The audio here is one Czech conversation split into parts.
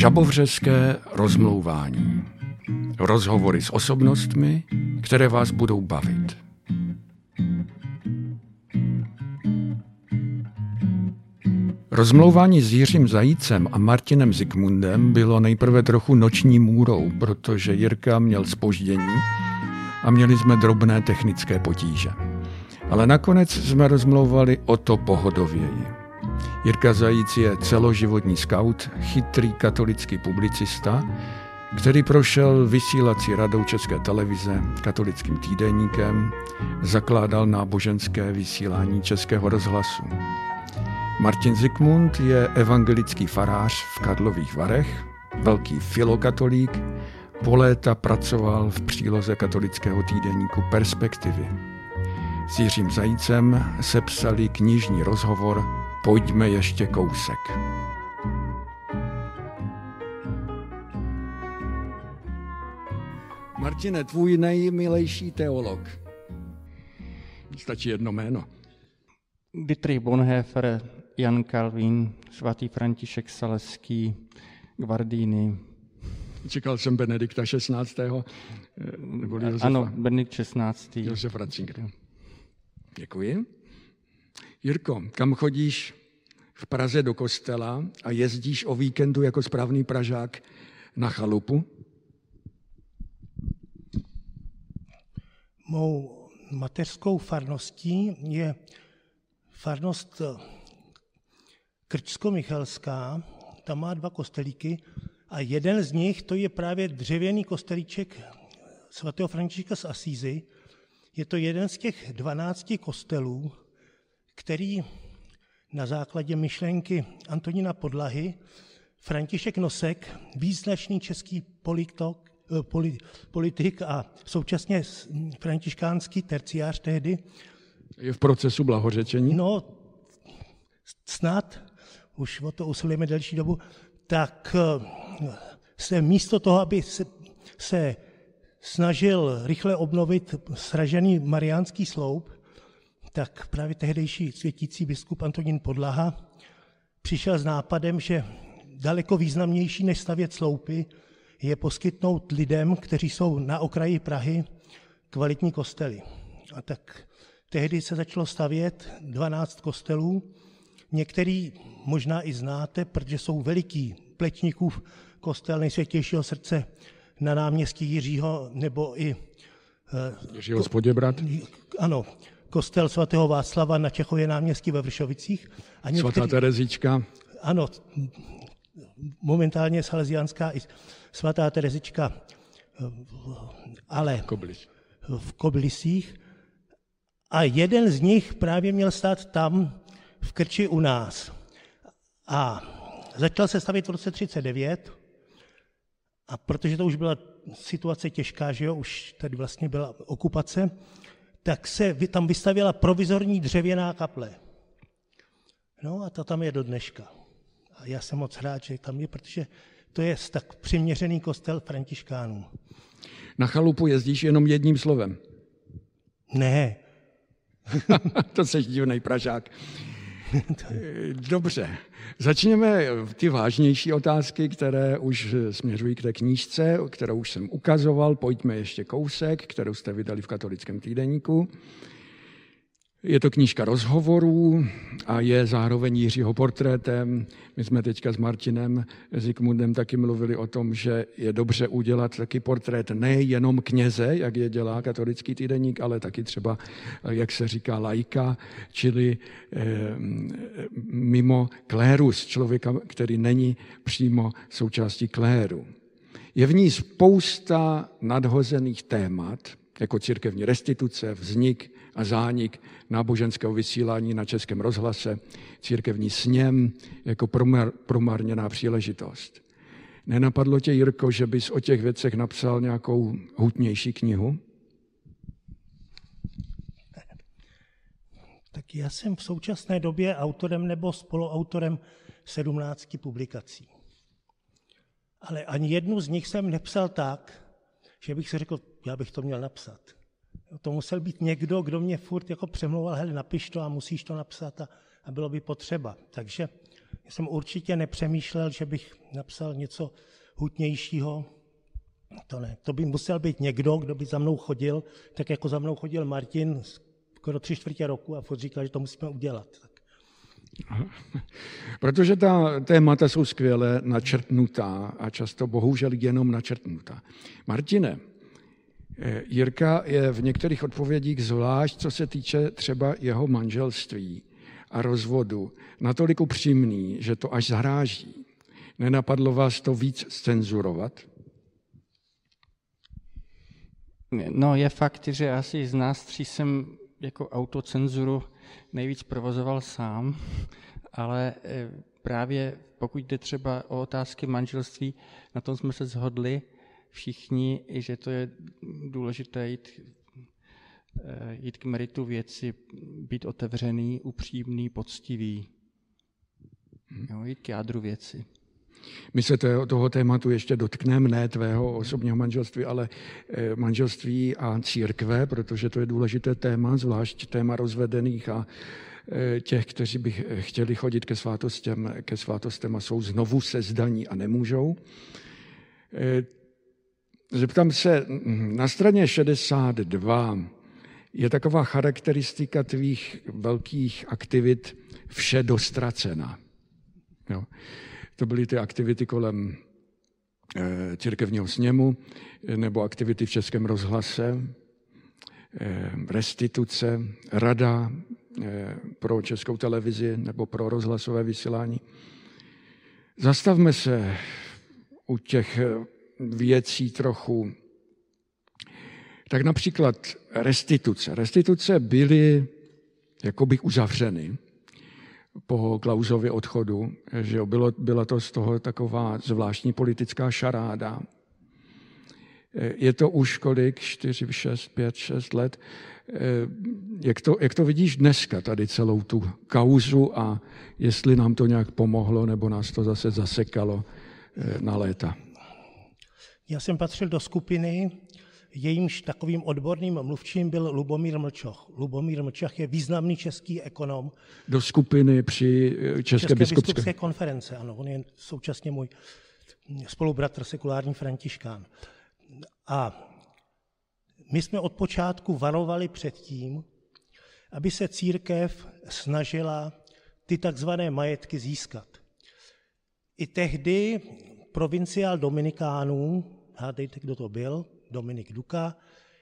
Žabovřeské rozmlouvání. Rozhovory s osobnostmi, které vás budou bavit. Rozmlouvání s Jiřím Zajícem a Martinem Zikmundem bylo nejprve trochu noční můrou, protože Jirka měl zpoždění a měli jsme drobné technické potíže. Ale nakonec jsme rozmlouvali o to pohodověji. Jirka Zajíc je celoživotní skaut, chytrý katolický publicista, který prošel vysílací radou České televize, katolickým týdeníkem, zakládal náboženské vysílání Českého rozhlasu. Martin Zikmund je evangelický farář v Karlových Varech, velký filokatolík, po léta pracoval v příloze katolického týdeníku Perspektivy. S Jiřím Zajícem sepsali knižní rozhovor Pojďme ještě kousek. Martine, tvůj nejmilejší teolog. Stačí jedno jméno. Dietrich Bonhoeffer, Jan Kalvín, svatý František Saleský, Guardini. Čekal jsem Benedikta 16. Nebo Josefa. Ano, Benedikt 16. Josef Ratzinger. Děkuji. Jirko, kam chodíš v Praze do kostela a jezdíš o víkendu jako správný Pražák na chalupu? Mou mateřskou farností je farnost Krčsko-Michelská. Tam má 2 kostelíky a jeden z nich, to je právě dřevěný kostelíček svatého Františka z Asízy. Je to jeden z těch 12 kostelů, který na základě myšlenky Antonína Podlahy František Nosek, význačný český politik a současně františkánský terciář tehdy. Je v procesu blahořečení? No, snad, už o to usilujeme delší dobu, tak se místo toho, aby se snažil rychle obnovit sražený mariánský sloup, tak právě tehdejší světící biskup Antonín Podlaha přišel s nápadem, že daleko významnější než stavět sloupy je poskytnout lidem, kteří jsou na okraji Prahy, kvalitní kostely. A tak tehdy se začalo stavět 12 kostelů. Některý možná i znáte, protože jsou veliký. Plečníkův kostel Nejsvětějšího srdce na náměstí Jiřího, nebo i Jiřího z Poděbrad. Ano, kostel svatého Václava na Čechově náměstí ve Vršovicích. A Svatá Terezička. Ano, momentálně salesiánská i svatá Terezička, ale v Kobylisích. A jeden z nich právě měl stát tam v Krči u nás. A začal se stavět v roce 1939, a protože to už byla situace těžká, že jo, už tady vlastně byla okupace, tak se tam vystavěla provizorní dřevěná kaple. No a ta tam je do dneška. A já jsem moc rád, že tam je, protože to je tak přiměřený kostel františkánů. Na chalupu jezdíš jenom jedním slovem? Ne. To seš divnej Pražák. Dobře, začněme ty vážnější otázky, které už směřují k té knížce, kterou už jsem ukazoval. Pojďme ještě kousek, kterou jste vydali v katolickém týdeníku. Je to knížka rozhovorů a je zároveň Jiřího portrétem. My jsme teďka s Martinem Zikmundem taky mluvili o tom, že je dobře udělat taky portrét nejenom kněze, jak je dělá katolický týdeník, ale taky třeba, jak se říká, laika, čili mimo klérus, člověka, který není přímo součástí kléru. Je v ní spousta nadhozených témat, jako církevní restituce, vznik a zánik náboženského vysílání na Českém rozhlase, církevní sněm jako promarněná příležitost. Nenapadlo tě, Jirko, že bys o těch věcech napsal nějakou hutnější knihu? Tak já jsem v současné době autorem nebo spoluautorem 17 publikací. Ale ani jednu z nich jsem nepsal tak, že bych si řekl, já bych to měl napsat. To musel být někdo, kdo mě furt jako přemlouval, hele, napiš to a musíš to napsat a bylo by potřeba. Takže jsem určitě nepřemýšlel, že bych napsal něco hutnějšího. To ne. To by musel být někdo, kdo by za mnou chodil, tak jako za mnou chodil Martin skoro 3/4 roku a furt říkal, že to musíme udělat. Protože ta témata jsou skvěle načrtnutá a často bohužel jenom načrtnutá. Martine, Jirka je v některých odpovědích zvlášť, co se týče třeba jeho manželství a rozvodu, natolik upřímný, že to až zaráží. Nenapadlo vás to víc zcenzurovat? No, je fakt, že asi z nás tří jsem jako autocenzuru nejvíc provozoval sám, ale právě pokud jde třeba o otázky manželství, na tom jsme se shodli všichni, že to je důležité jít k meritu věci, být otevřený, upřímný, poctivý, jít k jádru věci. My se toho tématu ještě dotkneme, ne tvého osobního manželství, ale manželství a církve, protože to je důležité téma, zvlášť téma rozvedených a těch, kteří by chtěli chodit ke svátostem a jsou znovu sezdaní a nemůžou. Zeptám se, na straně 62 je taková charakteristika tvých velkých aktivit vše dostracena. Jo. To byly ty aktivity kolem církevního sněmu nebo aktivity v Českém rozhlase, restituce, rada pro Českou televizi nebo pro rozhlasové vysílání. Zastavme se u těch věcí trochu. Tak například restituce. Restituce byly jakoby uzavřeny po Klausově odchodu, že byla to z toho taková zvláštní politická šaráda. Je to už kolik? 4, 6, 5, 6 let. Jak to vidíš dneska, tady celou tu kauzu a jestli nám to nějak pomohlo, nebo nás to zase zasekalo na léta? Já jsem patřil do skupiny, jejímž takovým odborným mluvčím byl Lubomír Mlčoch. Lubomír Mlčoch je významný český ekonom. Do skupiny při České biskupské konference, ano. On je současně můj spolubratr, sekulární františkán. A my jsme od počátku varovali před tím, aby se církev snažila ty takzvané majetky získat. I tehdy provinciál Dominikánů, hádejte, kdo to byl, Dominik Duka,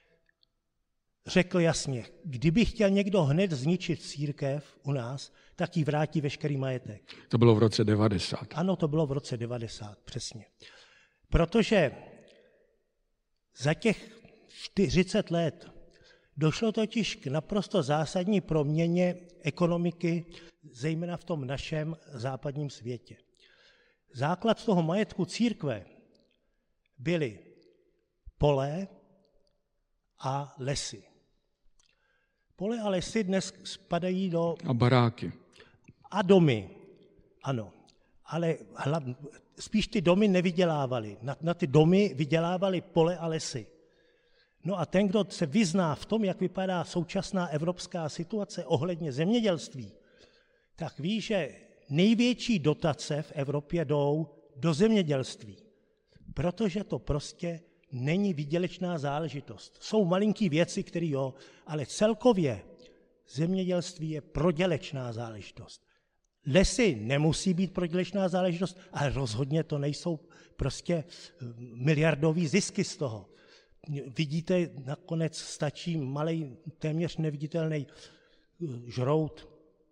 řekl jasně, kdyby chtěl někdo hned zničit církev u nás, tak jí vrátí veškerý majetek. To bylo v roce 90. Ano, to bylo v roce 90, přesně. Protože za těch 40 let došlo totiž k naprosto zásadní proměně ekonomiky, zejména v tom našem západním světě. Základ toho majetku církve byly pole a lesy. Pole a lesy dnes spadají do... A baráky. A domy, ano. Ale spíš ty domy nevydělávaly. Na ty domy vydělávaly pole a lesy. No a ten, kdo se vyzná v tom, jak vypadá současná evropská situace ohledně zemědělství, tak ví, že největší dotace v Evropě jdou do zemědělství, protože to prostě není výdělečná záležitost. Jsou malinký věci, které jo, ale celkově zemědělství je prodělečná záležitost. Lesy nemusí být prodělečná záležitost, ale rozhodně to nejsou prostě miliardový zisky z toho. Vidíte, nakonec stačí malej, téměř neviditelný žrout,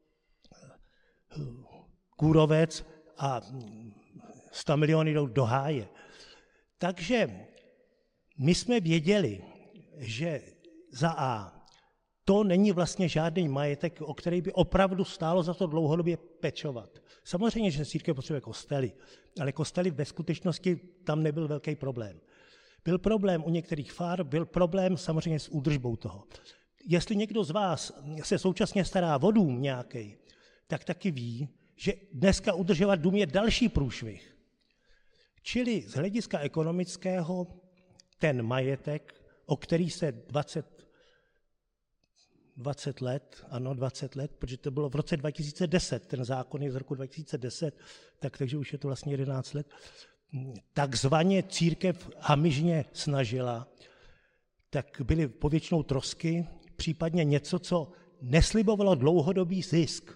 kůrovec a 100 miliony jdou do háje. Takže my jsme věděli, že za A, to není vlastně žádný majetek, o který by opravdu stálo za to dlouhodobě pečovat. Samozřejmě, že církev potřebuje kostely, ale kostely ve skutečnosti tam nebyl velký problém. Byl problém u některých fár, byl problém samozřejmě s údržbou toho. Jestli někdo z vás se současně stará o dům nějaký, tak taky ví, že dneska udržovat dům je další průšvih. Čili z hlediska ekonomického ten majetek, o který se 20 let, ano, 20 let, protože to bylo v roce 2010, ten zákon je z roku 2010, takže už je to vlastně 11 let, takzvaně církev hamižně snažila, tak byly povětšinou trosky, případně něco, co neslibovalo dlouhodobý zisk.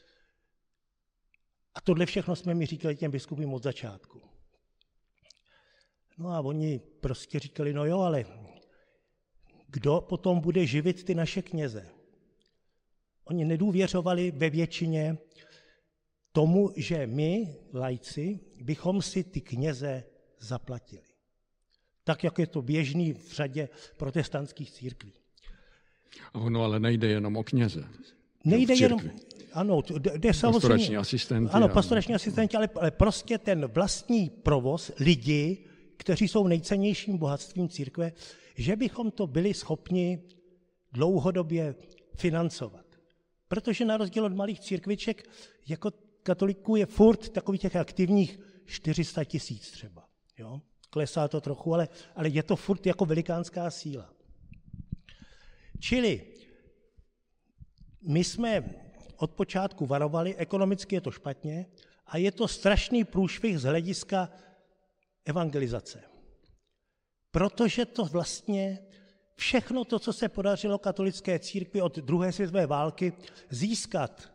A tohle všechno jsme mi říkali těm biskupům od začátku. No a oni prostě říkali, no jo, ale kdo potom bude živit ty naše kněze? Oni nedůvěřovali ve většině tomu, že my, laici, bychom si ty kněze zaplatili. Tak, jak je to běžný v řadě protestantských církví. Ono ale nejde jenom o kněze. Nejde jenom, ano, jde samozřejmě. Pastorační asistenti. Ano, pastorační asistenti, ale prostě ten vlastní provoz, lidi, kteří jsou nejcennějším bohatstvím církve, že bychom to byli schopni dlouhodobě financovat. Protože na rozdíl od malých církviček, jako katoliků je furt takových těch aktivních 400 000 třeba. Jo? Klesá to trochu, ale je to furt jako velikánská síla. Čili my jsme od počátku varovali, ekonomicky je to špatně a je to strašný průšvih z hlediska evangelizace. Protože to vlastně všechno to, co se podařilo katolické církvi od druhé světové války získat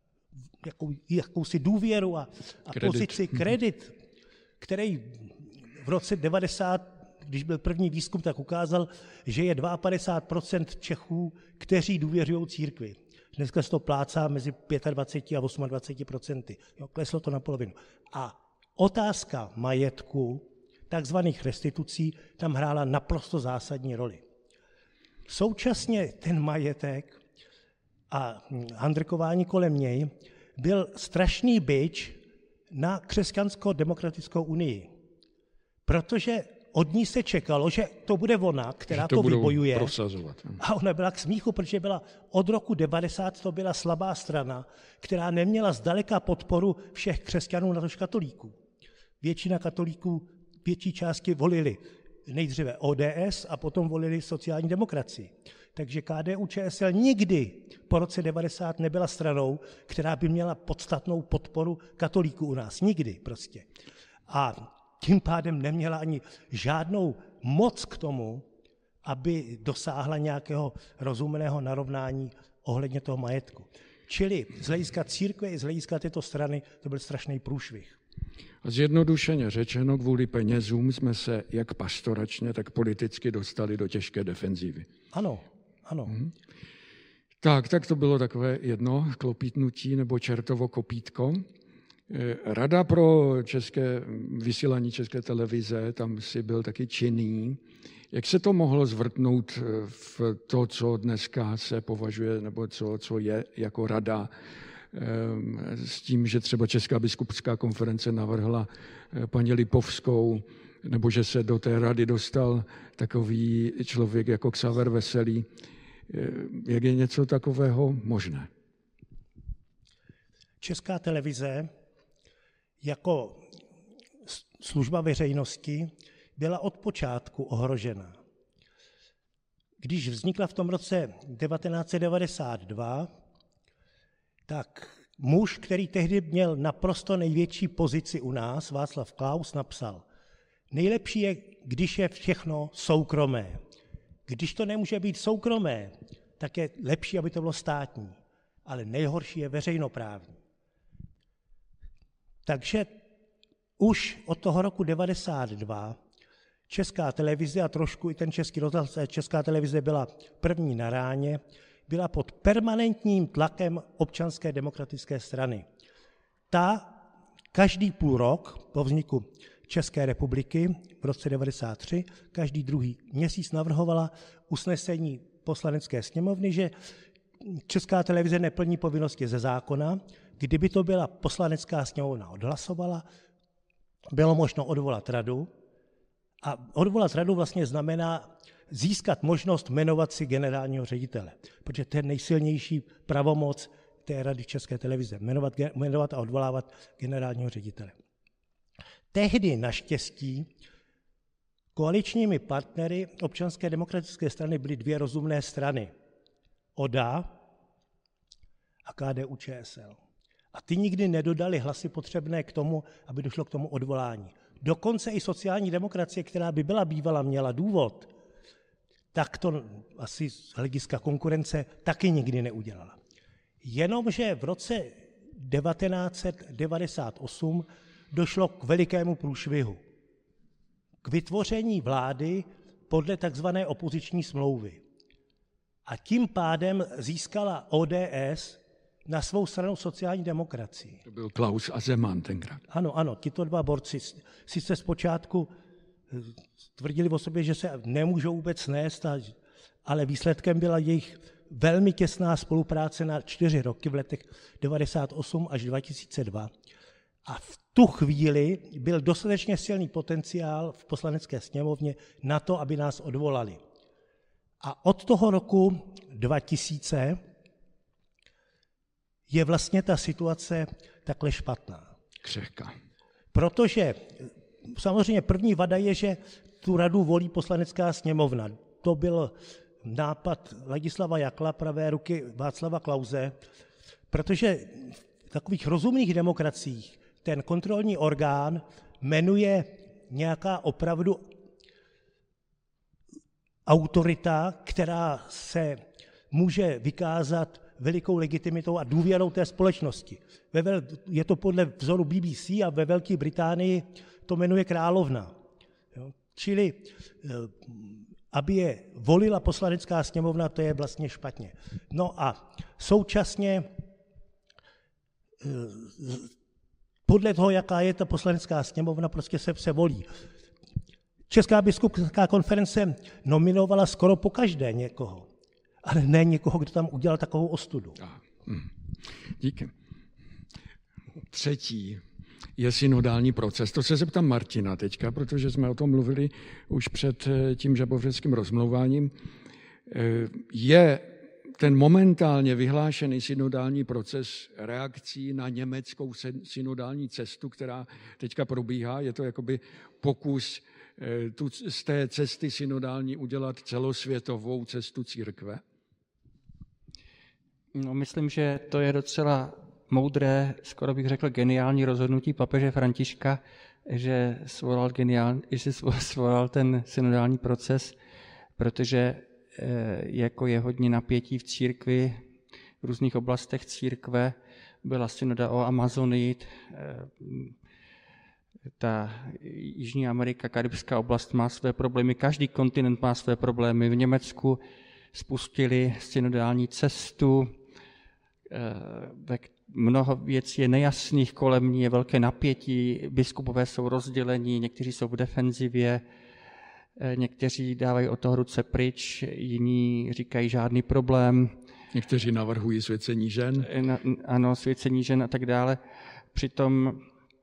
jakousi důvěru a pozici, kredit, který v roce 90, když byl první výzkum, tak ukázal, že je 52% Čechů, kteří důvěřují církvi. Dneska se to plácá mezi 25 a 28%. Jo, kleslo to na polovinu. A otázka majetku, takzvaných restitucí, tam hrála naprosto zásadní roli. Současně ten majetek a handrkování kolem něj byl strašný bič na křesťansko-demokratickou unii. Protože od ní se čekalo, že to bude ona, která to vybojuje. Prosazovat. A ona byla k smíchu, protože byla od roku 90 to byla slabá strana, která neměla zdaleka podporu všech křesťanů, natož katolíků. Většina katolíků, větší části volili nejdříve ODS a potom volili sociální demokracii. Takže KDU-ČSL nikdy po roce 90 nebyla stranou, která by měla podstatnou podporu katolíků u nás. Nikdy prostě. A tím pádem neměla ani žádnou moc k tomu, aby dosáhla nějakého rozumného narovnání ohledně toho majetku. Čili z hlediska církve i z hlediska této strany to byl strašný průšvih. A zjednodušeně řečeno, kvůli penězům jsme se jak pastoračně, tak politicky dostali do těžké defenzívy. Ano, ano. Tak to bylo takové jedno klopítnutí nebo čertovo kopítko. Rada pro vysílání České televize, tam si byl taky činný. Jak se to mohlo zvrtnout v to, co dneska se považuje, nebo co je jako rada, s tím, že třeba Česká biskupská konference navrhla paní Lipovskou, nebo že se do té rady dostal takový člověk jako Xaver Veselý. Jak je něco takového možné? Česká televize jako služba veřejnosti byla od počátku ohrožena. Když vznikla v tom roce 1992, tak muž, který tehdy měl naprosto největší pozici u nás, Václav Klaus, napsal: nejlepší je, když je všechno soukromé. Když to nemůže být soukromé, tak je lepší, aby to bylo státní. Ale nejhorší je veřejnoprávní. Takže už od toho roku 1992 Česká televize a trošku i ten Český rozhlas, Česká televize byla první na ráně, byla pod permanentním tlakem Občanské demokratické strany. Ta každý půl rok po vzniku České republiky v roce 1993, každý druhý měsíc navrhovala usnesení Poslanecké sněmovny, že Česká televize neplní povinnosti ze zákona. Kdyby to byla Poslanecká sněmovna odhlasovala, bylo možno odvolat radu. A odvolat radu vlastně znamená získat možnost jmenovat si generálního ředitele, protože to je nejsilnější pravomoc té rady České televize, jmenovat a odvolávat generálního ředitele. Tehdy naštěstí koaličními partnery Občanské demokratické strany byly dvě rozumné strany. ODA a KDU-ČSL. A ty nikdy nedodali hlasy potřebné k tomu, aby došlo k tomu odvolání. Dokonce i sociální demokracie, která by byla bývala, měla důvod, tak to asi z hlediska konkurence taky nikdy neudělala. Jenomže v roce 1998 došlo k velikému průšvihu. K vytvoření vlády podle takzvané opoziční smlouvy. A tím pádem získala ODS na svou stranu sociální demokracii. To byl Klaus a Zeman tenkrát. Ano, tito dva borci sice zpočátku tvrdili o sobě, že se nemůžou vůbec snést, ale výsledkem byla jejich velmi těsná spolupráce na 4 roky v letech 1998 až 2002. A v tu chvíli byl dostatečně silný potenciál v Poslanecké sněmovně na to, aby nás odvolali. A od toho roku 2000 je vlastně ta situace takhle špatná. Křehká. Protože samozřejmě první vada je, že tu radu volí Poslanecká sněmovna. To byl nápad Ladislava Jakla, pravé ruky Václava Klause, protože v takových rozumných demokraciích ten kontrolní orgán jmenuje nějaká opravdu autorita, která se může vykázat velikou legitimitou a důvěrou té společnosti. Je to podle vzoru BBC a ve Velké Británii to jmenuje královna. Čili aby je volila Poslanecká sněmovna, to je vlastně špatně. No a současně podle toho, jaká je ta Poslanecká sněmovna, prostě se volí. Česká biskupská konference nominovala skoro pokaždé někoho, ale ne někoho, kdo tam udělal takovou ostudu. Díky. Třetí je synodální proces. To se zeptám Martina teďka, protože jsme o tom mluvili už před tím žabovřeckým rozmlouváním. Je ten momentálně vyhlášený synodální proces reakcí na německou synodální cestu, která teďka probíhá? Je to jakoby pokus z té cesty synodální udělat celosvětovou cestu církve? No, myslím, že to je docela moudré, skoro bych řekl geniální rozhodnutí papeže Františka, že svolal ten synodální proces, protože jako je hodně napětí v církvi, v různých oblastech církve, byla synoda o Amazonii, ta Jižní Amerika, karibská oblast má své problémy, každý kontinent má své problémy. V Německu spustili synodální cestu, mnoho věcí je nejasných kolem ní, je velké napětí, biskupové jsou rozdělení, někteří jsou v defenzivě, někteří dávají od toho ruce pryč, jiní říkají žádný problém. Někteří navrhují svěcení žen. Ano, svěcení žen a tak dále. Přitom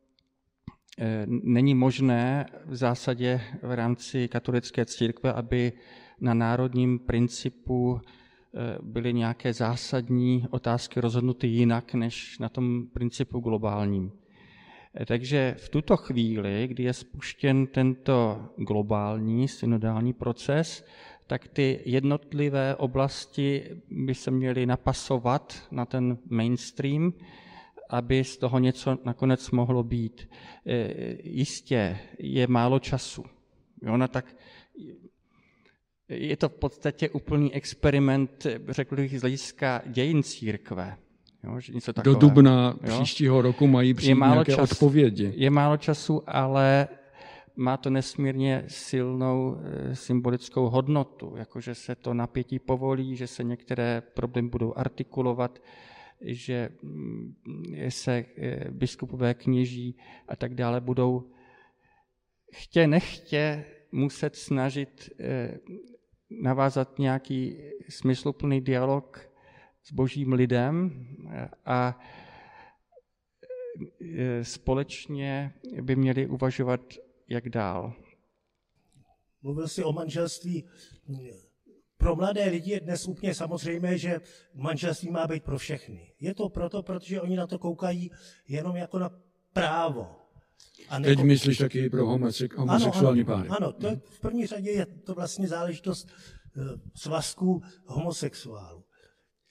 není možné v zásadě v rámci katolické církve, aby na národním principu byly nějaké zásadní otázky rozhodnuty jinak než na tom principu globálním. Takže v tuto chvíli, kdy je spuštěn tento globální synodální proces, tak ty jednotlivé oblasti by se měly napasovat na ten mainstream, aby z toho něco nakonec mohlo být. Jistě je málo času. Je to v podstatě úplný experiment, řekl bych, z hlediska dějin církve. Do dubna příštího roku mají přijít nějaké odpovědi. Je málo času, ale má to nesmírně silnou symbolickou hodnotu, jakože se to napětí povolí, že se některé problémy budou artikulovat, že se biskupové, kněží a tak dále budou chtě nechtě muset snažit navázat nějaký smysluplný dialog s božím lidem a společně by měli uvažovat, jak dál. Mluvil jsi o manželství. Pro mladé lidi je dnes úplně samozřejmé, že manželství má být pro všechny. Je to proto, protože oni na to koukají jenom jako na právo. Teď myslíš taky pro homosexuální páry. Ano, to v první řadě je to vlastně záležitost svazků homosexuálů.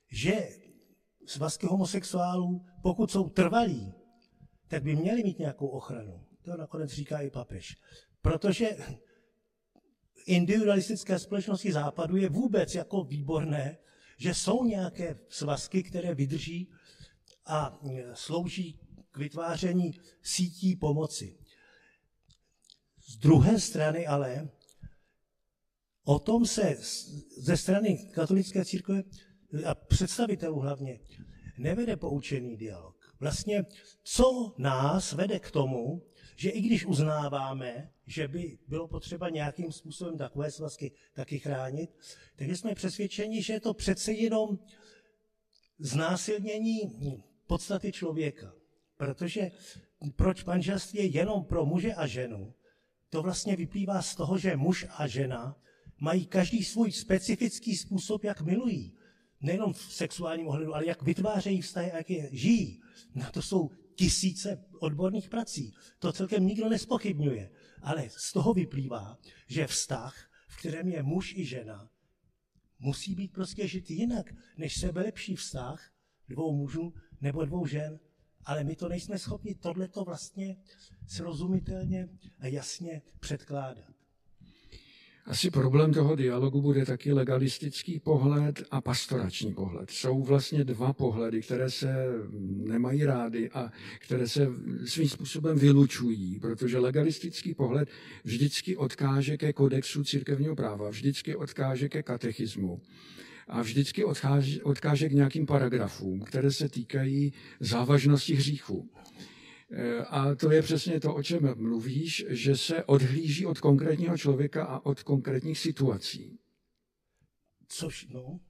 že svazky homosexuálů, pokud jsou trvalí, tak by měli mít nějakou ochranu. To nakonec říká i papež. Protože individualistické společnosti Západu je vůbec jako výborné, že jsou nějaké svazky, které vydrží a slouží k vytváření sítí pomoci. Z druhé strany ale o tom se ze strany katolické církve a představitelů hlavně nevede poučený dialog. Vlastně co nás vede k tomu, že i když uznáváme, že by bylo potřeba nějakým způsobem takové svazky taky chránit, takže jsme přesvědčeni, že je to přece jenom znásilnění podstaty člověka. Protože proč manželství je jenom pro muže a ženu, to vlastně vyplývá z toho, že muž a žena mají každý svůj specifický způsob, jak milují. Nejenom v sexuálním ohledu, ale jak vytvářejí vztahy a jak je žijí. Na to jsou tisíce odborných prací. To celkem nikdo nespochybňuje. Ale z toho vyplývá, že vztah, v kterém je muž i žena, musí být prostě žit jinak, než sebelepší vztah dvou mužů nebo dvou žen. Ale my to nejsme schopni tohleto vlastně srozumitelně a jasně předkládat. Asi problém toho dialogu bude taky legalistický pohled a pastorační pohled. Jsou vlastně dva pohledy, které se nemají rády a které se svým způsobem vylučují, protože legalistický pohled vždycky odkáže ke kodexu církevního práva, vždycky odkáže ke katechismu a vždycky odkáže k nějakým paragrafům, které se týkají závažnosti hříchu. A to je přesně to, o čem mluvíš, že se odhlíží od konkrétního člověka a od konkrétních situací. Což, no?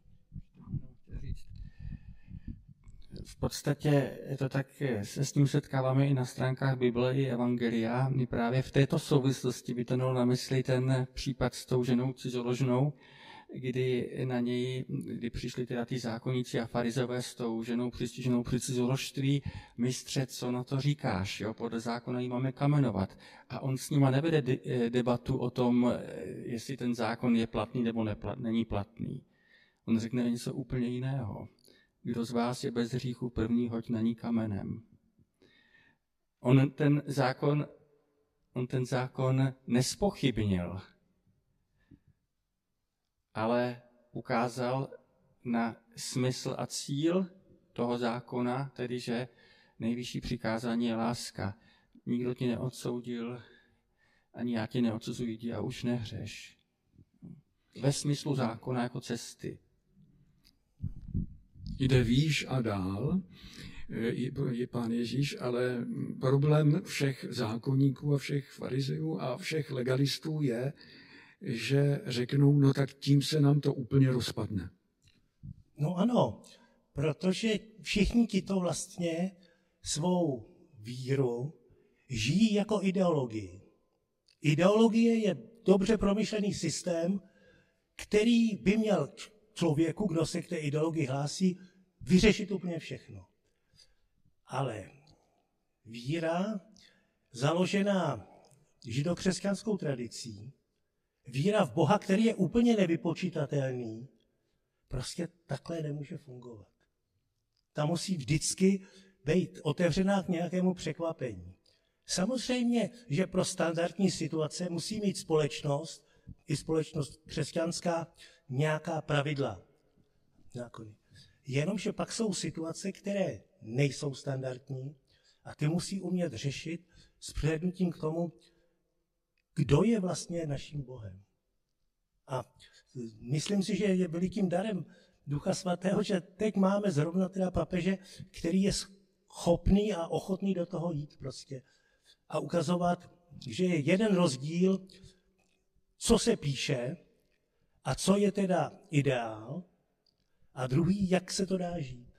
V podstatě je to tak, se s tím setkáváme i na stránkách Bible i Evangelia. My právě v této souvislosti by to mělo na mysli ten případ s tou ženou cizoložnou, kdy přišli teda ty zákonníci a farizové s tou ženou přistiženou při cizoložství, mistře, co na to říkáš, jo? Podle zákona jí máme kamenovat. A on s nima nevede debatu o tom, jestli ten zákon je platný nebo není platný. On řekne něco úplně jiného. Kdo z vás je bez hříchu první, hoď na ní kamenem. On ten zákon nespochybnil, ale ukázal na smysl a cíl toho zákona, tedy že nejvyšší přikázání je láska. Nikdo ti neodsoudil, ani já tě neodsuzuji, jdi a už nehřeš. Ve smyslu zákona jako cesty. Jde výš a dál, je Pán Ježíš, ale problém všech zákonníků a všech farizeů a všech legalistů je, že řeknou, no tak tím se nám to úplně rozpadne. No ano, protože všichni tito vlastně svou víru žijí jako ideologii. Ideologie je dobře promyšlený systém, který by měl člověku, kdo se k té ideologii hlásí, vyřešit úplně všechno. Ale víra, založená židokřesťanskou tradicí, víra v Boha, který je úplně nevypočitatelný, prostě takhle nemůže fungovat. Ta musí vždycky být otevřená k nějakému překvapení. Samozřejmě, že pro standardní situace musí mít společnost, i společnost křesťanská, nějaká pravidla. Zákony. Jenomže pak jsou situace, které nejsou standardní a ty musí umět řešit s přihlédnutím k tomu, kdo je vlastně naším Bohem. A myslím si, že je velikým darem Ducha Svatého, že teď máme zrovna teda papeže, který je schopný a ochotný do toho jít prostě a ukazovat, že je jeden rozdíl, co se píše a co je teda ideál, a druhý, jak se to dá žít.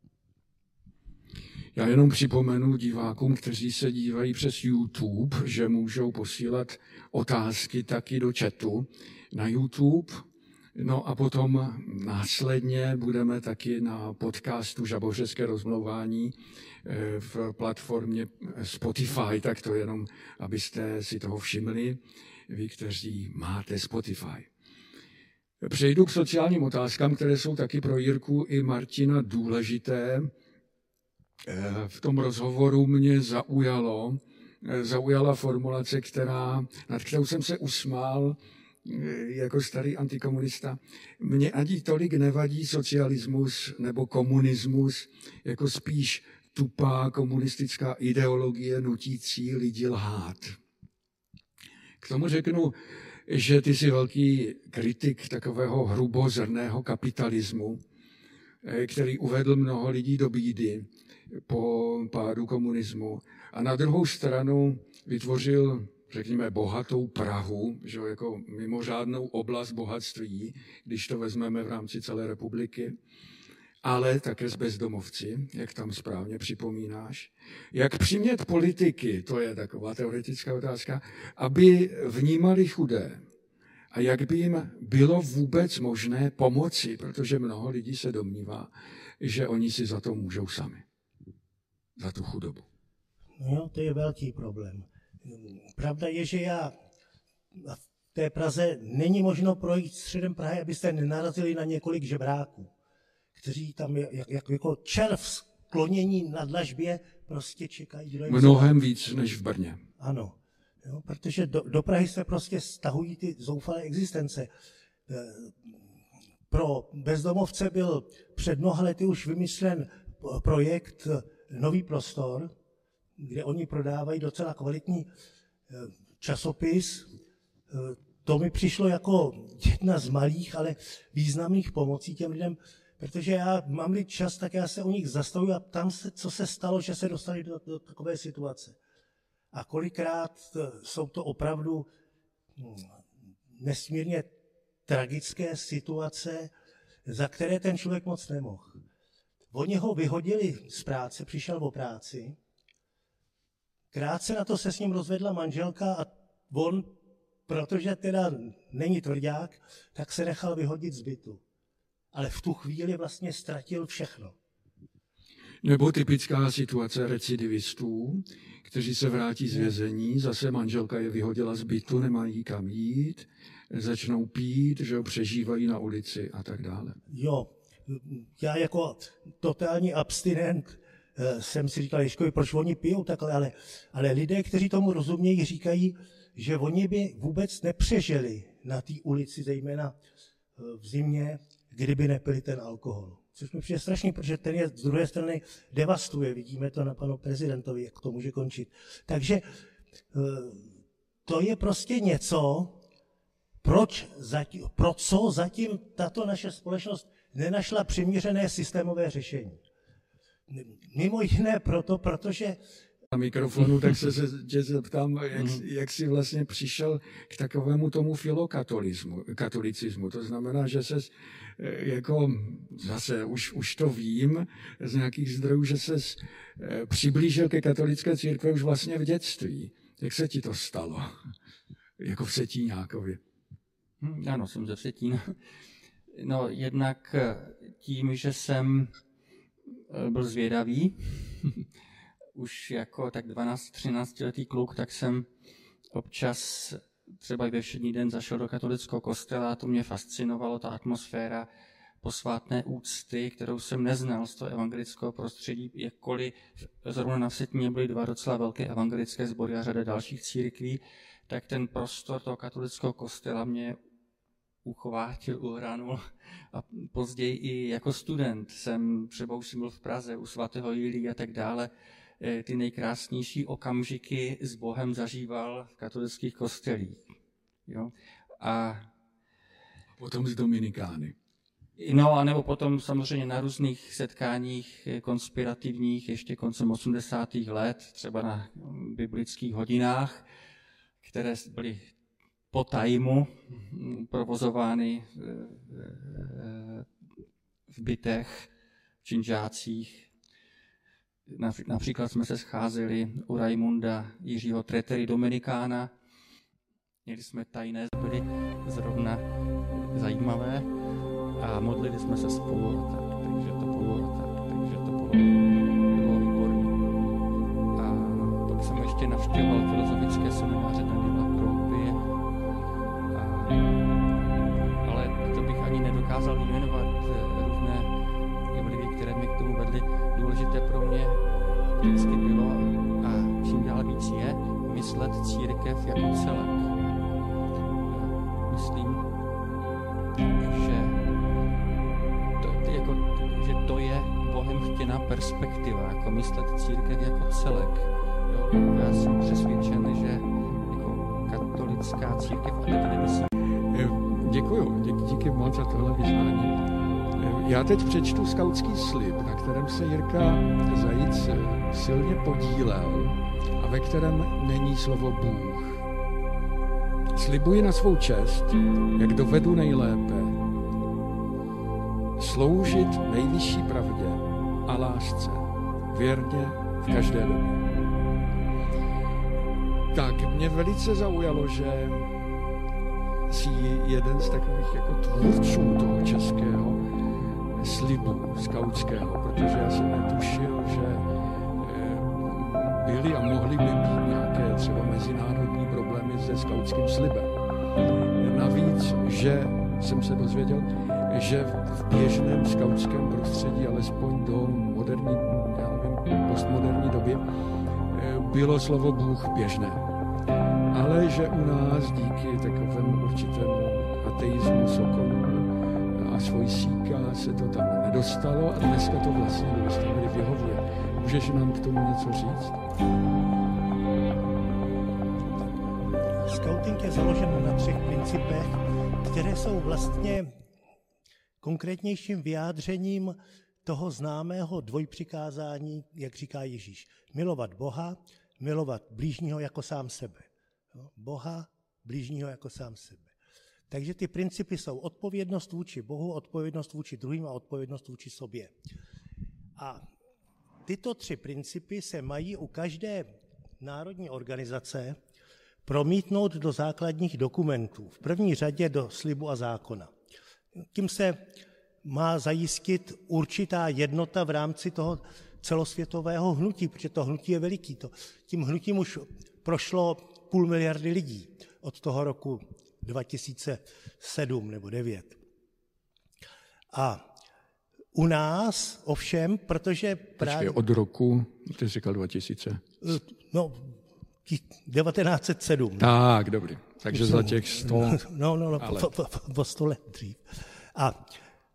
Já jenom připomenu divákům, kteří se dívají přes YouTube, že můžou posílat otázky taky do chatu na YouTube. No a potom následně budeme taky na podcastu Žabořeské rozmlouvání v platformě Spotify, tak to jenom, abyste si toho všimli, vy, kteří máte Spotify. Přejdu k sociálním otázkám, které jsou taky pro Jirku i Martina důležité. V tom rozhovoru mě zaujala formulace, nad kterou jsem se usmál jako starý antikomunista. Mně ani tolik nevadí socialismus nebo komunismus, jako spíš tupá komunistická ideologie nutící lidi lhát. K tomu řeknu, že ty jsi velký kritik takového hrubozrnného kapitalismu, který uvedl mnoho lidí do bídy po pádu komunismu a na druhou stranu vytvořil, řekněme, bohatou Prahu, že jako mimořádnou oblast bohatství, když to vezmeme v rámci celé republiky, ale také s bezdomovci, jak tam správně připomínáš. Jak přimět politiky, to je taková teoretická otázka, aby vnímali chudé a jak by jim bylo vůbec možné pomoci, protože mnoho lidí se domnívá, že oni si za to můžou sami, za tu chudobu. No jo, to je velký problém. Pravda je, že v té Praze není možno projít středem Prahy, abyste nenarazili na několik žebráků, kteří tam jako červ sklonění na dlažbě prostě čekají. Mnohem víc než v Brně. Ano, jo, protože do Prahy se prostě stahují ty zoufalé existence. Pro bezdomovce byl před mnoha lety už vymyšlen projekt Nový prostor, kde oni prodávají docela kvalitní časopis. To mi přišlo jako jedna z malých, ale významných pomocí těm lidem, protože já mám-li čas, tak já se u nich zastavuji a ptám se, co se stalo, že se dostali do takové situace. A kolikrát jsou to opravdu nesmírně tragické situace, za které ten člověk moc nemohl. Oni ho vyhodili z práce, přišel o práci, krátce na to se s ním rozvedla manželka a on, protože teda není tvrdák, tak se nechal vyhodit z bytu. Ale v tu chvíli vlastně ztratil všechno. Nebo typická situace recidivistů, kteří se vrátí z vězení, zase manželka je vyhodila z bytu, nemají kam jít, začnou pít, že ho přežívají na ulici a tak dále. Jo, já jako totální abstinent jsem si říkal, Ježkovi, proč oni pijou takhle, ale lidé, kteří tomu rozumějí, říkají, že oni by vůbec nepřežili na té ulici, zejména v zimě, kdyby nepili ten alkohol. Což mi přijde strašný, protože ten je z druhé strany devastuje. Vidíme to na panu prezidentovi, jak to může končit. Takže to je prostě něco, pro co zatím tato naše společnost nenašla přiměřené systémové řešení. Mimo jiné proto, protože na mikrofonu, tak se tě zeptám, jak jsi vlastně přišel k takovému tomu filokatolicismu. To znamená, že se jako zase už to vím z nějakých zdrojů, že se přiblížil ke katolické církvi už vlastně v dětství. Jak se ti to stalo? Jako v Vsetíňákově. Ano, jsem ze Vsetína. No, jednak tím, že jsem byl zvědavý, už jako tak 12-13 letý kluk, tak jsem občas třeba i ve všední den zašel do katolického kostela a to mě fascinovalo, ta atmosféra posvátné úcty, kterou jsem neznal z toho evangelického prostředí, jakkoliv zrovna na Vsetíně byly 2 docela velké evangelické sbory a řada dalších církví, tak ten prostor toho katolického kostela mě uchvátil, uhranul a později i jako student jsem třeba už byl v Praze u svatého Jilí a tak dále, ty nejkrásnější okamžiky s Bohem zažíval v katolických kostelích. Jo? A potom s dominikány. No a nebo potom samozřejmě na různých setkáních konspirativních ještě koncem 80. let, třeba na biblických hodinách, které byly po tajmu provozovány v bytech, v činžácích. Například jsme se scházeli u Raimunda Jiřího Tretery Dominikána. Měli jsme tajné, byly zrovna zajímavé a modlili jsme se spolu, takže to bylo výborné. A pak jsem ještě navštěvoval filozofické semináře Daniela Kroupy, ale to bych dokázal vyjmenovat různé vlivy, které mě k tomu vedly. Důležité pro mě vždycky bylo a čím dál víc je myslet církev jako celek. Myslím, že to je Bohem chtěná perspektiva, jako myslet církev jako celek. Já jsem přesvědčen, že jako katolická církev, a teď nemyslím. Děkuju, díky moc za tohle vyznání. Já teď přečtu skautský slib, na kterém se Jirka Zajíc silně podílel a ve kterém není slovo Bůh. Slibuji na svou čest, jak dovedu nejlépe, sloužit nejvyšší pravdě a lásce, věrně v každé době. Tak, mě velice zaujalo, že jsi jeden z takových jako tvůrců toho českého slibu skautského, protože já jsem netušil, že byly a mohly by být nějaké třeba mezinárodní problémy se skautským slibem. Navíc, že jsem se dozvěděl, že v běžném skautském prostředí, alespoň do moderní, já nevím, postmoderní doby, bylo slovo Bůh běžné. Ale že u nás díky takovému určitému ateismu Sokolů a Svojsíka se to tam nedostalo a dneska to vlastně do jisté míry vyhovuje. Můžeš nám k tomu něco říct? Skauting je založen na 3 principech, které jsou vlastně konkrétnějším vyjádřením toho známého dvojpřikázání, jak říká Ježíš. Milovat Boha, milovat blížního jako sám sebe. Boha, blížního jako sám sebe. Takže ty principy jsou odpovědnost vůči Bohu, odpovědnost vůči druhým a odpovědnost vůči sobě. A tyto 3 principy se mají u každé národní organizace promítnout do základních dokumentů. V první řadě do slibu a zákona. Tím se má zajistit určitá jednota v rámci toho celosvětového hnutí, protože to hnutí je veliký. Tím hnutím už prošlo 500 miliardy lidí od toho roku 2007 nebo 2009. A u nás ovšem, protože právě... od roku, ty jsi říkal 2000? No, 1907. Tak, dobrý. Takže za těch 100 o 100 let dřív. A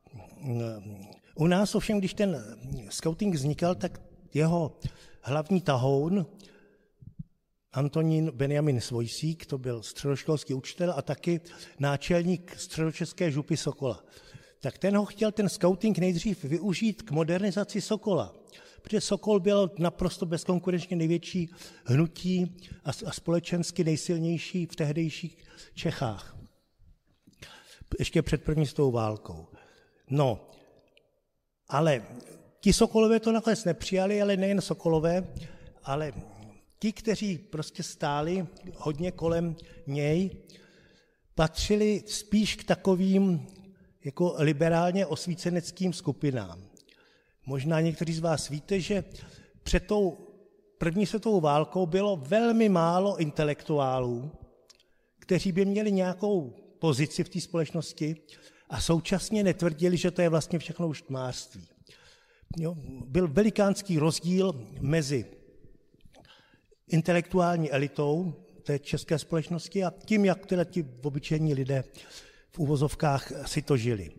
u nás ovšem, když ten skauting vznikal, tak jeho hlavní tahoun Antonín Benjamin Svojsík, to byl středoškolský učitel a taky náčelník středočeské župy Sokola. Tak ten ho chtěl ten skauting nejdřív využít k modernizaci Sokola, protože Sokol byl naprosto bezkonkurenčně největší hnutí a společensky nejsilnější v tehdejších Čechách. Ještě před první světovou válkou. No, ale ti Sokolové to nakonec nepřijali, ale nejen Sokolové, ale ti, kteří prostě stáli hodně kolem něj, patřili spíš k takovým jako liberálně osvíceneckým skupinám. Možná někteří z vás víte, že před tou první světovou válkou bylo velmi málo intelektuálů, kteří by měli nějakou pozici v té společnosti a současně netvrdili, že to je vlastně všechno už tmářství. Byl velikánský rozdíl mezi intelektuální elitou té české společnosti a tím, jak teda ti obyčejní lidé v uvozovkách si to žili.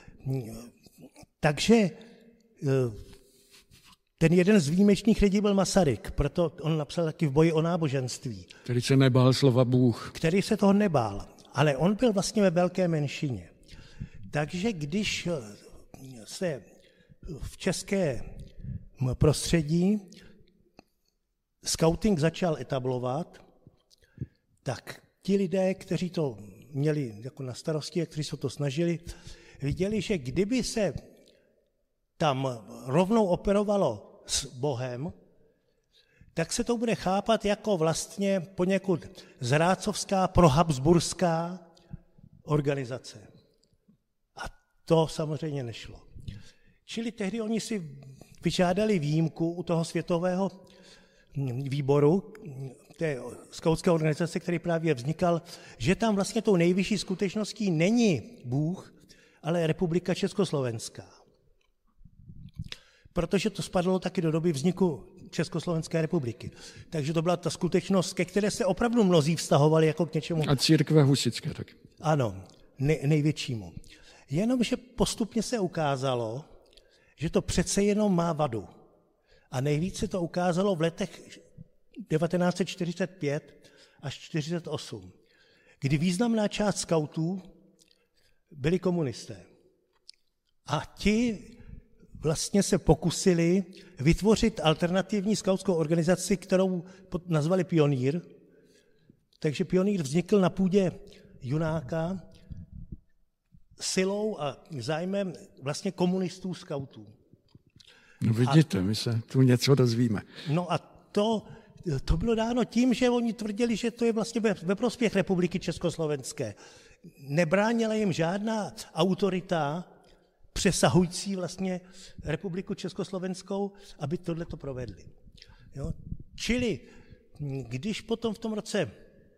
Takže ten jeden z výjimečných lidí byl Masaryk, proto on napsal taky v Boji o náboženství. Který se nebál slova Bůh. Který se toho nebál, ale on byl vlastně ve velké menšině. Takže když se v české prostředí skauting začal etablovat, tak ti lidé, kteří to měli jako na starosti a kteří se to snažili, viděli, že kdyby se tam rovnou operovalo s Bohem, tak se to bude chápat jako vlastně poněkud zrácovská, prohabsburská organizace. A to samozřejmě nešlo. Čili tehdy oni si vyžádali výjimku u toho světového výboru, té skautské organizace, který právě vznikal, že tam vlastně tou nejvyšší skutečností není Bůh, ale Republika Československá. Protože to spadlo taky do doby vzniku Československé republiky. Takže to byla ta skutečnost, ke které se opravdu mnozí vztahovali jako k něčemu. A církve husitské taky. Ano, největšímu. Jenomže postupně se ukázalo, že to přece jenom má vadu. A nejvíce to ukázalo v letech 1945 až 1948, kdy významná část skautů byli komunisté. A ti vlastně se pokusili vytvořit alternativní skautskou organizaci, kterou nazvali Pionýr. Takže Pionýr vznikl na půdě Junáka silou a zájmem vlastně komunistů skautů. No vidíte, my se tu něco dozvíme. No a to bylo dáno tím, že oni tvrdili, že to je vlastně ve prospěch Republiky Československé. Nebránila jim žádná autorita přesahující vlastně Republiku Československou, aby tohleto provedli. Jo? Čili když potom v tom roce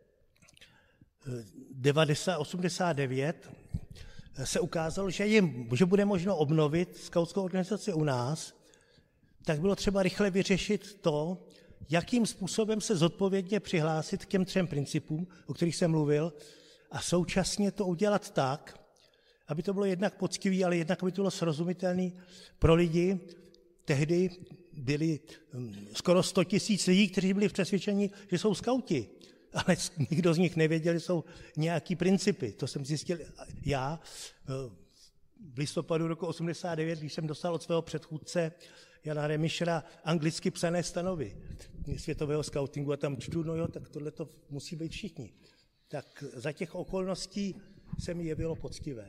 89 se ukázalo, že bude možno obnovit skautskou organizaci u nás, tak bylo třeba rychle vyřešit to, jakým způsobem se zodpovědně přihlásit k těm 3 principům, o kterých jsem mluvil, a současně to udělat tak, aby to bylo jednak poctivé, ale jednak aby to bylo srozumitelné pro lidi. Tehdy byli skoro 100 000 lidí, kteří byli přesvědčeni, že jsou skauti, ale nikdo z nich nevěděl, že jsou nějaký principy. To jsem zjistil já v listopadu roku 89, když jsem dostal od svého předchůdce Jana Remišera anglicky psané stanovy světového skautingu a tam čtu, no jo, tak tohle to musí být všichni. Tak za těch okolností se mi jevilo poctivé.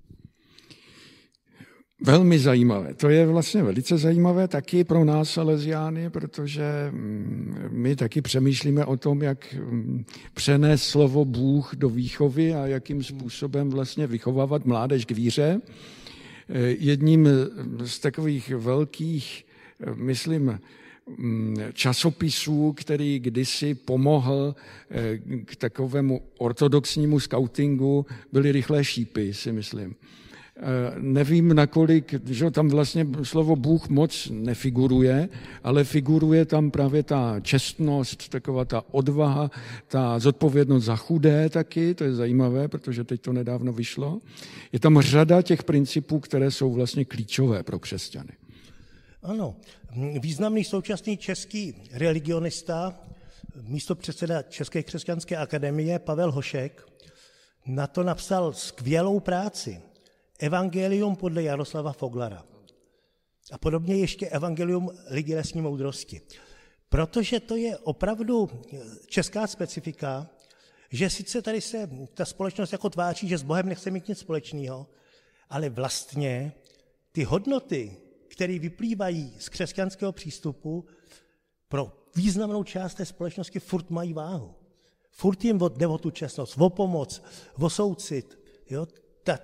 Velmi zajímavé. To je vlastně velice zajímavé taky pro nás Salesiány, protože my taky přemýšlíme o tom, jak přenést slovo Bůh do výchovy a jakým způsobem vlastně vychovávat mládež k víře. Jedním z takových velkých, myslím, časopisů, který kdysi pomohl k takovému ortodoxnímu skautingu, byly Rychlé šípy, si myslím. Nevím, nakolik, že tam vlastně slovo Bůh moc nefiguruje, ale figuruje tam právě ta čestnost, taková ta odvaha, ta zodpovědnost za chudé taky, to je zajímavé, protože teď to nedávno vyšlo. Je tam řada těch principů, které jsou vlastně klíčové pro křesťany. Ano, významný současný český religionista, místopředseda České křesťanské akademie Pavel Hošek, na to napsal skvělou práci. Evangelium podle Jaroslava Foglara. A podobně ještě Evangelium Ligy lesní moudrosti. Protože to je opravdu česká specifika, že sice tady se ta společnost jako tváří, že s Bohem nechce mít nic společného, ale vlastně ty hodnoty, které vyplývají z křesťanského přístupu, pro významnou část té společnosti furt mají váhu. Furt jim jde o tu čestnost, o pomoc, o soucit. Jo? Ta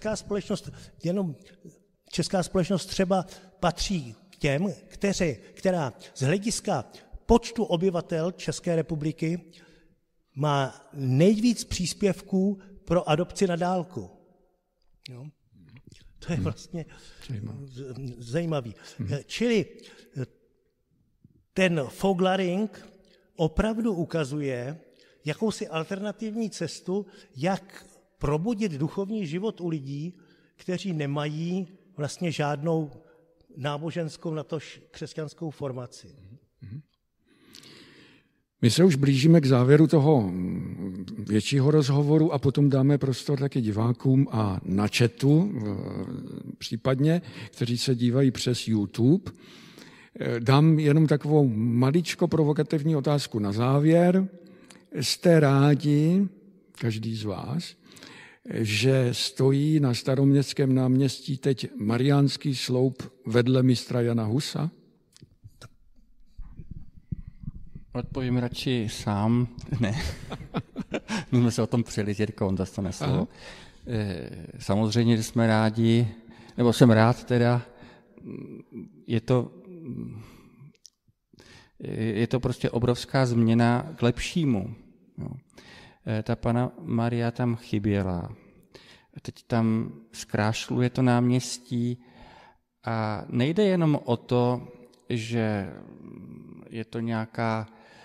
česká společnost třeba patří k těm, která z hlediska počtu obyvatel České republiky má nejvíc příspěvků pro adopci na dálku. Jo? To je vlastně zajímavý. Čili ten Foglaring opravdu ukazuje jakousi alternativní cestu, jak probudit duchovní život u lidí, kteří nemají vlastně žádnou náboženskou, natož křesťanskou formaci. My se už blížíme k závěru toho většího rozhovoru a potom dáme prostor taky divákům a na chatu, případně, kteří se dívají přes YouTube. Dám jenom takovou maličko provokativní otázku na závěr. Jste rádi, každý z vás, že stojí na Staroměstském náměstí teď Mariánský sloup vedle mistra Jana Husa? Odpovím radši sám. Ne. My jsme se o tom přeli, Jirko, on dostane slovo. Samozřejmě, že jsme rádi, nebo jsem rád teda, je to prostě obrovská změna k lepšímu. Jo. Ta Panna Maria tam chyběla. teď tam zkrášluje to náměstí a nejde jenom o to, že je to nějaká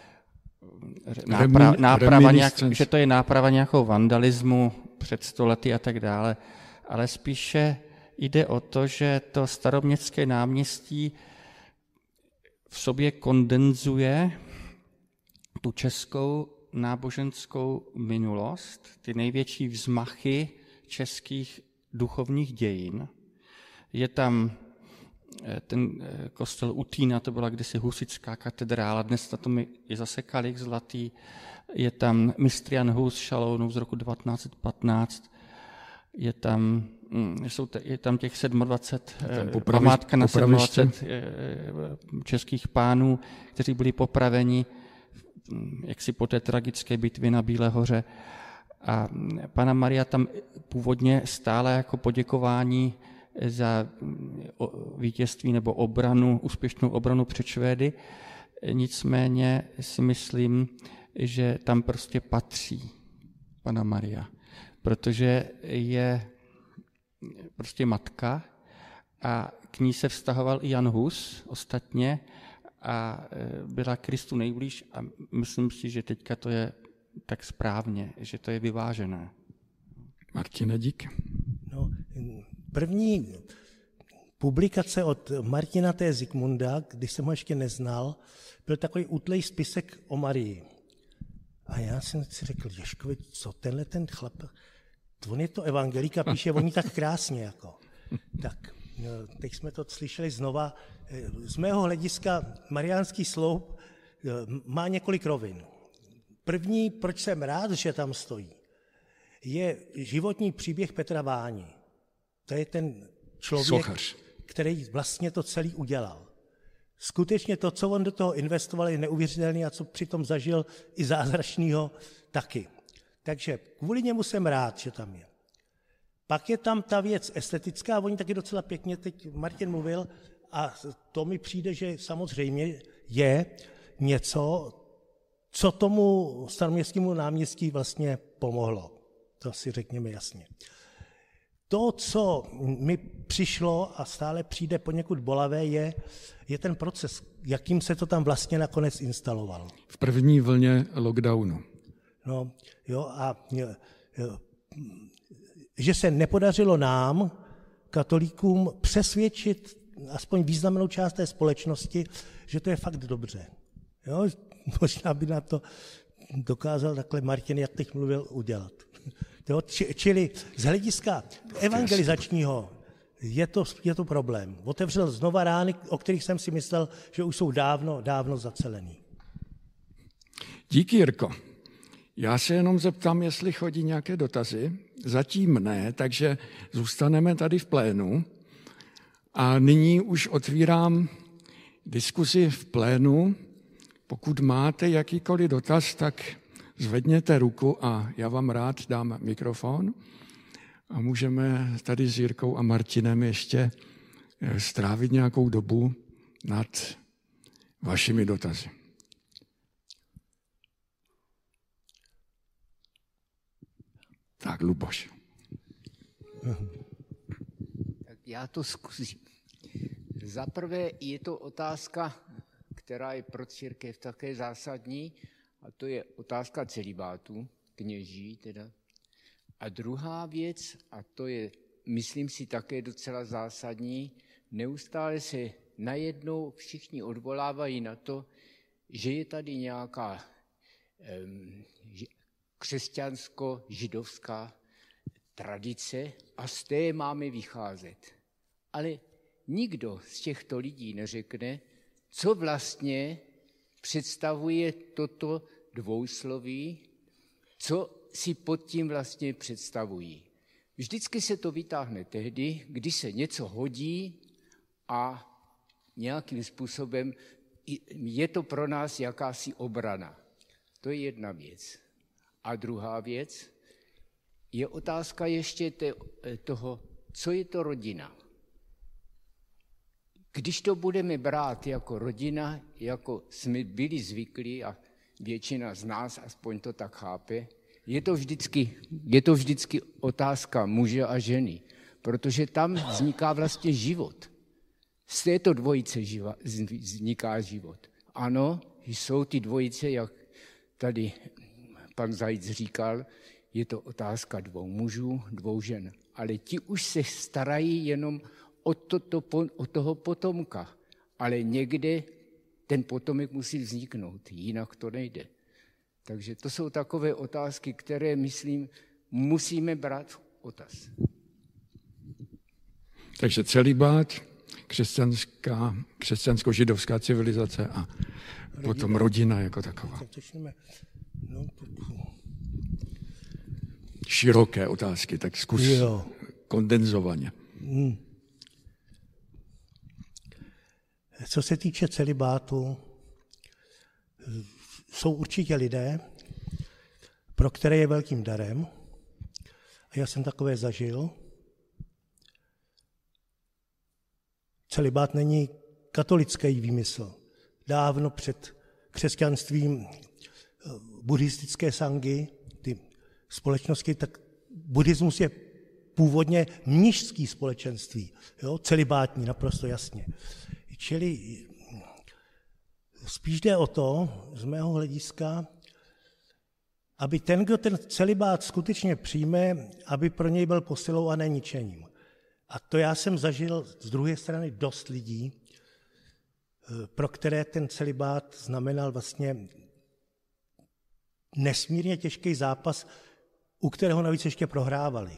že to je náprava nějakého vandalismu před 100 lety a tak dále, ale spíše jde o to, že to staroměstské náměstí v sobě kondenzuje tu českou náboženskou minulost, ty největší vzmachy českých duchovních dějin. Je tam ten kostel u Týna, to byla kdysi husitská katedrála, dnes na tom je zase kalich zlatý, je tam mistr Jan Hus Šalounův z roku 1915, je tam těch 27, památka na 27 českých pánů, kteří byli popraveni jaksi po té tragické bitvě na Bílé hoře. A Panna Maria tam původně stála jako poděkování za vítězství nebo úspěšnou obranu před Švédy. Nicméně si myslím, že tam prostě patří Panna Maria, protože je prostě matka a k ní se vztahoval i Jan Hus ostatně a byla Kristu nejblíž a myslím si, že teďka to je tak správně, že to je vyvážené. Martine, dík. No, první publikace od Martina T. Zikmunda, když jsem ho ještě neznal, byl takový útlej spisek o Marii. A já jsem si řekl, Ježkovi, co tenhle ten chlap, on je to evangelika, píše o ní tak krásně. Jako. Tak, teď jsme to slyšeli znova. Z mého hlediska mariánský sloup má několik rovin. První, proč jsem rád, že tam stojí, je životní příběh Petra Váni. To je ten člověk, sochař, který vlastně to celý udělal. Skutečně to, co on do toho investoval, je neuvěřitelné a co přitom zažil i zázračného taky. Takže kvůli němu jsem rád, že tam je. Pak je tam ta věc estetická, oni taky docela pěkně, teď Martin mluvil, a to mi přijde, že samozřejmě je něco, co tomu staroměstskému náměstí vlastně pomohlo. To si řekněme jasně. To, co mi přišlo a stále přijde poněkud bolavé, je ten proces, jakým se to tam vlastně nakonec instalovalo. V první vlně lockdownu. No, jo, a že se nepodařilo nám, katolíkům, přesvědčit aspoň významnou část té společnosti, že to je fakt dobře. Jo, možná by na to dokázal takhle Martin, jak teď mluvil, udělat. Jo, čili z hlediska evangelizačního je to problém. Otevřel znova rány, o kterých jsem si myslel, že už jsou dávno zacelený. Díky, Jirko. Já se jenom zeptám, jestli chodí nějaké dotazy. Zatím ne, takže zůstaneme tady v plénu. A nyní už otvírám diskuzi v plénu. Pokud máte jakýkoliv dotaz, tak zvedněte ruku a já vám rád dám mikrofon. A můžeme tady s Jirkou a Martinem ještě strávit nějakou dobu nad vašimi dotazy. Tak, Luboš. Tak já to zkusím. Za prvé je to otázka, která je pro církev také zásadní, a to je otázka celibátu, kněží teda. A druhá věc, a to je, myslím si, také docela zásadní, neustále se najednou všichni odvolávají na to, že je tady nějaká křesťansko-židovská tradice a z té máme vycházet. Ale nikdo z těchto lidí neřekne, co vlastně představuje toto dvousloví, co si pod tím vlastně představují. Vždycky se to vytáhne tehdy, když se něco hodí a nějakým způsobem je to pro nás jakási obrana. To je jedna věc. A druhá věc je otázka ještě toho, co je to rodina. Když to budeme brát jako rodina, jako jsme byli zvyklí, a většina z nás aspoň to tak chápe, je to vždycky otázka muže a ženy, protože tam vzniká vlastně život. Z této dvojice vzniká život. Ano, jsou ty dvojice, jak tady pan Zajíc říkal, je to otázka 2 mužů, 2 žen. Ale ti už se starají jenom o toho potomka. Ale někde ten potomek musí vzniknout, jinak to nejde. Takže to jsou takové otázky, které, myslím, musíme brát v potaz. Takže celibát, křesťansko-židovská civilizace a potom rodina jako taková. Široké otázky, tak zkus kondenzovaně. Co se týče celibátu, jsou určitě lidé, pro které je velkým darem, a já jsem takové zažil. Celibát není katolický výmysl. Dávno před křesťanstvím buddhistické sangy, ty společnosti, tak buddhismus je původně mnišský společenství, jo? Celibátní, naprosto jasně. Čili spíš jde o to, z mého hlediska, aby ten, kdo ten celibát skutečně přijme, aby pro něj byl posilou a ne ničením. A to já jsem zažil z druhé strany dost lidí, pro které ten celibát znamenal vlastně nesmírně těžký zápas, u kterého navíc ještě prohrávali.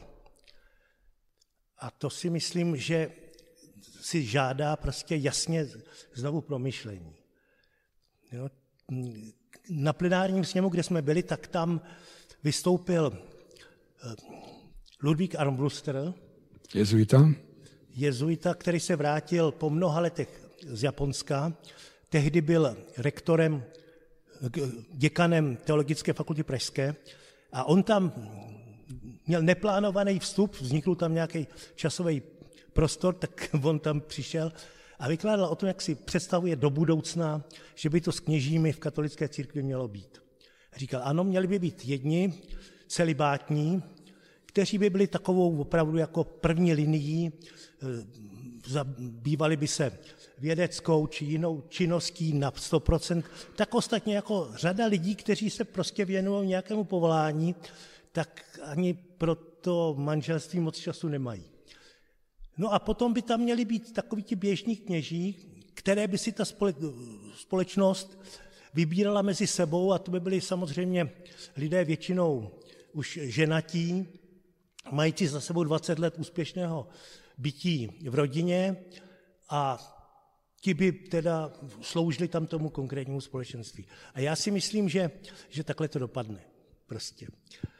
A to si myslím, že si žádá prostě jasně znovu promyšlení. Jo? Na plenárním sněmu, kde jsme byli, tak tam vystoupil Ludvík Armbruster, jezuita, který se vrátil po mnoha letech z Japonska. Tehdy byl rektorem, děkanem Teologické fakulty pražské a on tam měl neplánovaný vstup, vznikl tam nějaký časový prostor, tak on tam přišel a vykládal o tom, jak si představuje do budoucna, že by to s kněžími v katolické církvi mělo být. Říkal, ano, měli by být jedni celibátní, kteří by byli takovou opravdu jako první linií, zabývali by se vědeckou či jinou činností na 100%, tak ostatně jako řada lidí, kteří se prostě věnují nějakému povolání, tak ani pro to manželství moc času nemají. No a potom by tam měli být takoví ti běžní kněží, které by si ta společnost vybírala mezi sebou, a to by byli samozřejmě lidé většinou už ženatí, mající za sebou 20 let úspěšného bytí v rodině, a ti by teda sloužili tam tomu konkrétnímu společenství. A já si myslím, že takhle to dopadne. Prostě.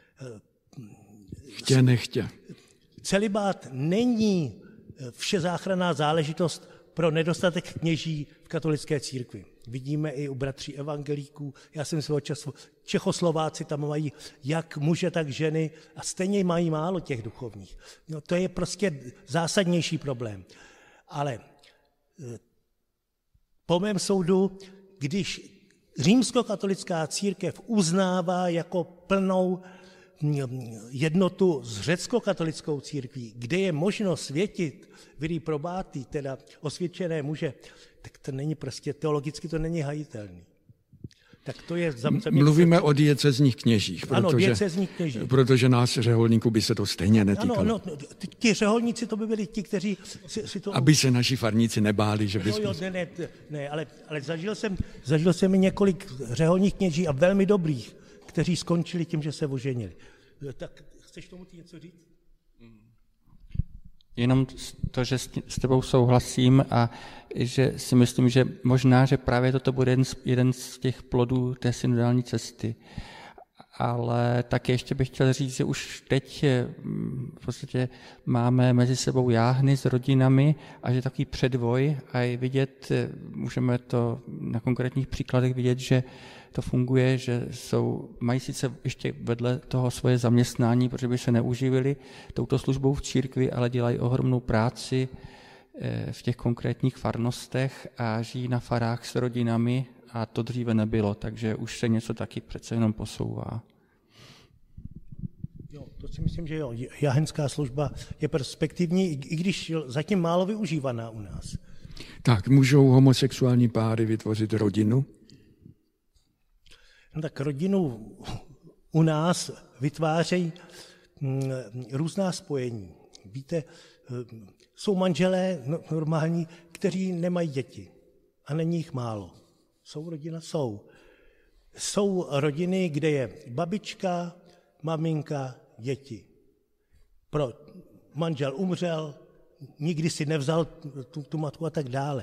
Chtě nechtě. Celibát není všezáchranná záležitost pro nedostatek kněží v katolické církvi. Vidíme i u bratří evangelíků, já jsem svého času, Čechoslováci tam mají jak muže, tak ženy a stejně mají málo těch duchovních. No, to je prostě zásadnější problém. Ale po mém soudu, když římskokatolická církev uznává jako plnou jednotu s řeckokatolickou církví, kde je možno světit viri probáty, teda osvědčené muže, tak to není prostě, teologicky to není hajitelný. Tak to je Mluvíme o diecezních kněžích, protože nás řeholníků by se to stejně netýkalo. Ano, ti řeholníci to by byli ti, kteří si to... Aby se naši farníci nebáli, že by... Ne, ale zažil jsem i několik řeholních kněží a velmi dobrých, kteří skončili tím, že se oženili. Tak chceš tomu něco říct? Jenom to, že s tebou souhlasím a že si myslím, že možná, že právě toto bude jeden z těch plodů té synodální cesty. Ale také ještě bych chtěl říct, že už teď v podstatě máme mezi sebou jáhny s rodinami a že takový předvoj a je vidět, můžeme to na konkrétních příkladech vidět, že to funguje, že mají sice ještě vedle toho svoje zaměstnání, protože by se neuživili touto službou v církvi, ale dělají ohromnou práci v těch konkrétních farnostech a žijí na farách s rodinami a to dříve nebylo, takže už se něco taky přece jenom posouvá. To si myslím, že jo. Jáhenská služba je perspektivní, i když zatím málo využívaná u nás. Tak, můžou homosexuální páry vytvořit rodinu? No tak rodinu u nás vytvářejí různá spojení. Víte, jsou manželé normální, kteří nemají děti. A není jich málo. Jsou rodina? Jsou. Jsou rodiny, kde je babička, maminka, děti. Manžel umřel, nikdy si nevzal tu matku a tak dále.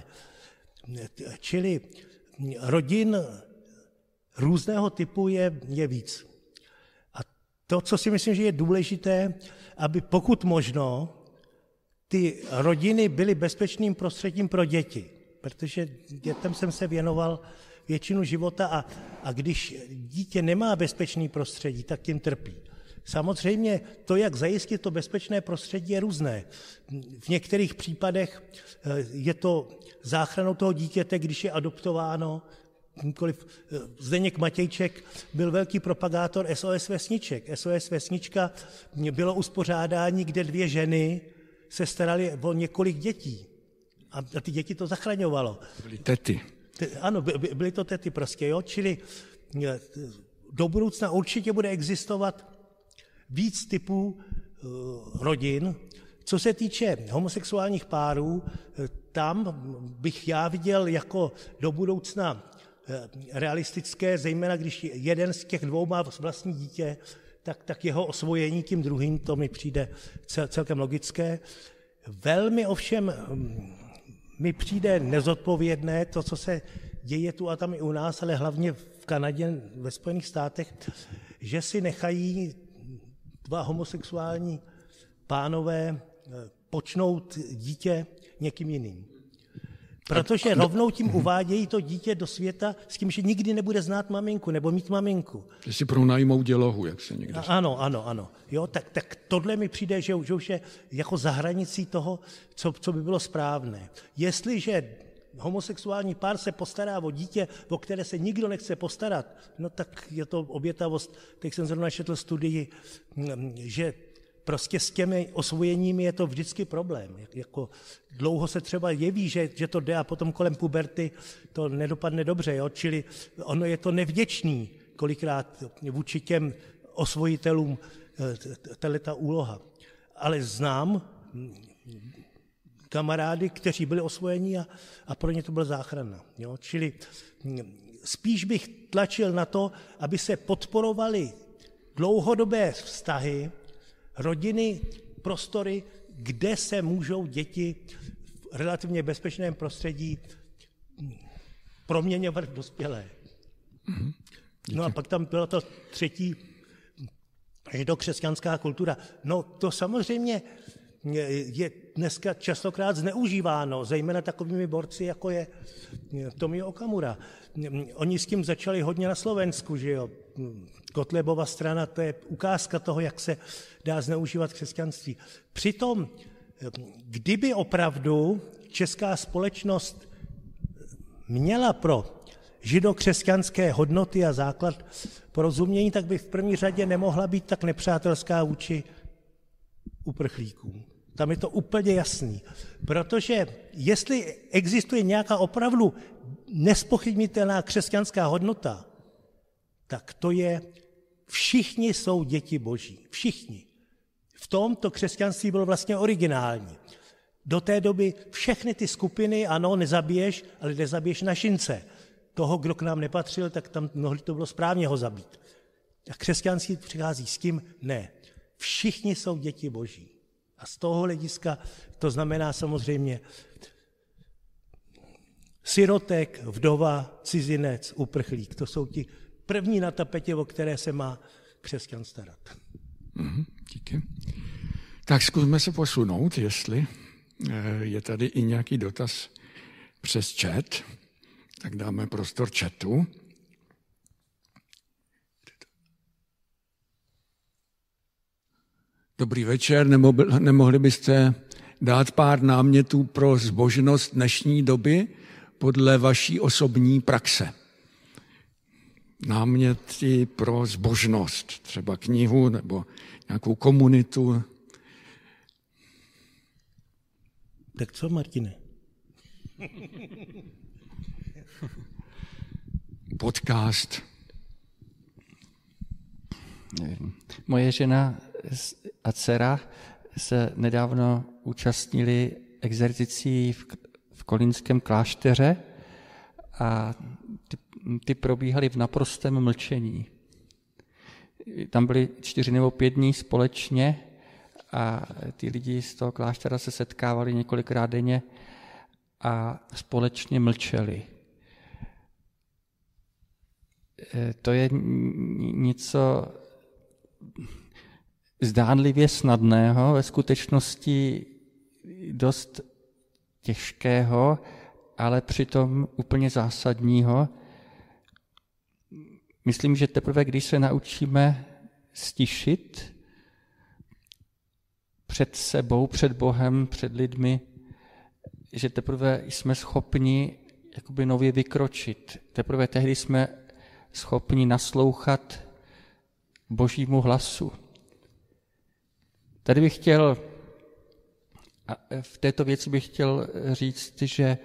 Čili rodin různého typu je víc. A to, co si myslím, že je důležité, aby pokud možno ty rodiny byly bezpečným prostředím pro děti, protože dětem jsem se věnoval většinu života a když dítě nemá bezpečný prostředí, tak tím trpí. Samozřejmě to, jak zajistit to bezpečné prostředí, je různé. V některých případech je to záchranou toho dítěte, když je adoptováno. Zdeněk Matějček byl velký propagátor SOS Vesniček. SOS Vesnička bylo uspořádání, kde 2 ženy se staraly o několik dětí. A ty děti to zachraňovalo. Byly tety. Ano, byly to tety prostě, jo. Čili do budoucna určitě bude existovat víc typů rodin. Co se týče homosexuálních párů, tam bych já viděl jako do budoucna realistické, zejména když jeden z těch 2 má vlastní dítě, tak jeho osvojení tím druhým, to mi přijde celkem logické. Velmi ovšem mi přijde nezodpovědné to, co se děje tu a tam i u nás, ale hlavně v Kanadě, ve Spojených státech, že si nechají 2 homosexuální pánové počnout dítě někým jiným. Protože rovnou tím uvádějí to dítě do světa s tím, že nikdy nebude znát maminku nebo mít maminku. Že si pronajmou dělohu, jak se někde... Ano. Jo, tak tohle mi přijde, že už je jako za hranicí toho, co by bylo správné. Jestliže homosexuální pár se postará o dítě, o které se nikdo nechce postarat, no tak je to obětavost. Teď jsem zrovna četl studii, že prostě s těmi osvojeními je to vždycky problém. Jako dlouho se třeba jeví, že to jde a potom kolem puberty to nedopadne dobře. Jo? Čili ono je to nevděčný kolikrát vůči těm osvojitelům ta úloha. Ale znám kamarády, kteří byli osvojení a pro ně to byla záchrana. Jo? Čili spíš bych tlačil na to, aby se podporovaly dlouhodobé vztahy, rodiny, prostory, kde se můžou děti v relativně bezpečném prostředí proměňovat v dospělé. No a pak tam byla to 3. židokřesťanská kultura. No to samozřejmě je dneska častokrát zneužíváno, zejména takovými borci, jako je Tomio Okamura. Oni s tím začali hodně na Slovensku, že jo. Kotlebova strana, to je ukázka toho, jak se dá zneužívat křesťanství. Přitom, kdyby opravdu česká společnost měla pro židokřesťanské hodnoty a základ porozumění, tak by v první řadě nemohla být tak nepřátelská vůči uprchlíkům. Tam je to úplně jasný. Protože jestli existuje nějaká opravdu nespochybnitelná křesťanská hodnota, tak to je, všichni jsou děti Boží. Všichni. V tom to křesťanství bylo vlastně originální. Do té doby všechny ty skupiny, ano, nezabiješ, ale nezabiješ našince. Toho, kdo k nám nepatřil, tak tam mnohdy to bylo správně ho zabít. A křesťanství přichází s tím, ne. Všichni jsou děti Boží. A z toho hlediska to znamená samozřejmě sirotek, vdova, cizinec, uprchlík. To jsou ti první na tapetě, o které se má křesťan starat. Díky. Tak zkusme se posunout, jestli je tady i nějaký dotaz přes chat. Tak dáme prostor chatu. Dobrý večer, nemohli byste dát pár námětů pro zbožnost dnešní doby podle vaší osobní praxe? náměty pro zbožnost, třeba knihu nebo nějakou komunitu. Tak co, Martine? Podcast. Moje žena a dcera se nedávno účastnili exercicí v kolínském klášteře a ty probíhaly v naprostém mlčení. Tam byly 4 nebo 5 dní společně a ty lidi z toho kláštera se setkávali několikrát denně a společně mlčeli. To je něco zdánlivě snadného, ve skutečnosti dost těžkého, ale přitom úplně zásadního. Myslím, že teprve, když se naučíme stišit před sebou, před Bohem, před lidmi, že teprve jsme schopni jakoby nově vykročit. Teprve tehdy jsme schopni naslouchat Božímu hlasu. Tady bych chtěl, v této věci bych chtěl říct, že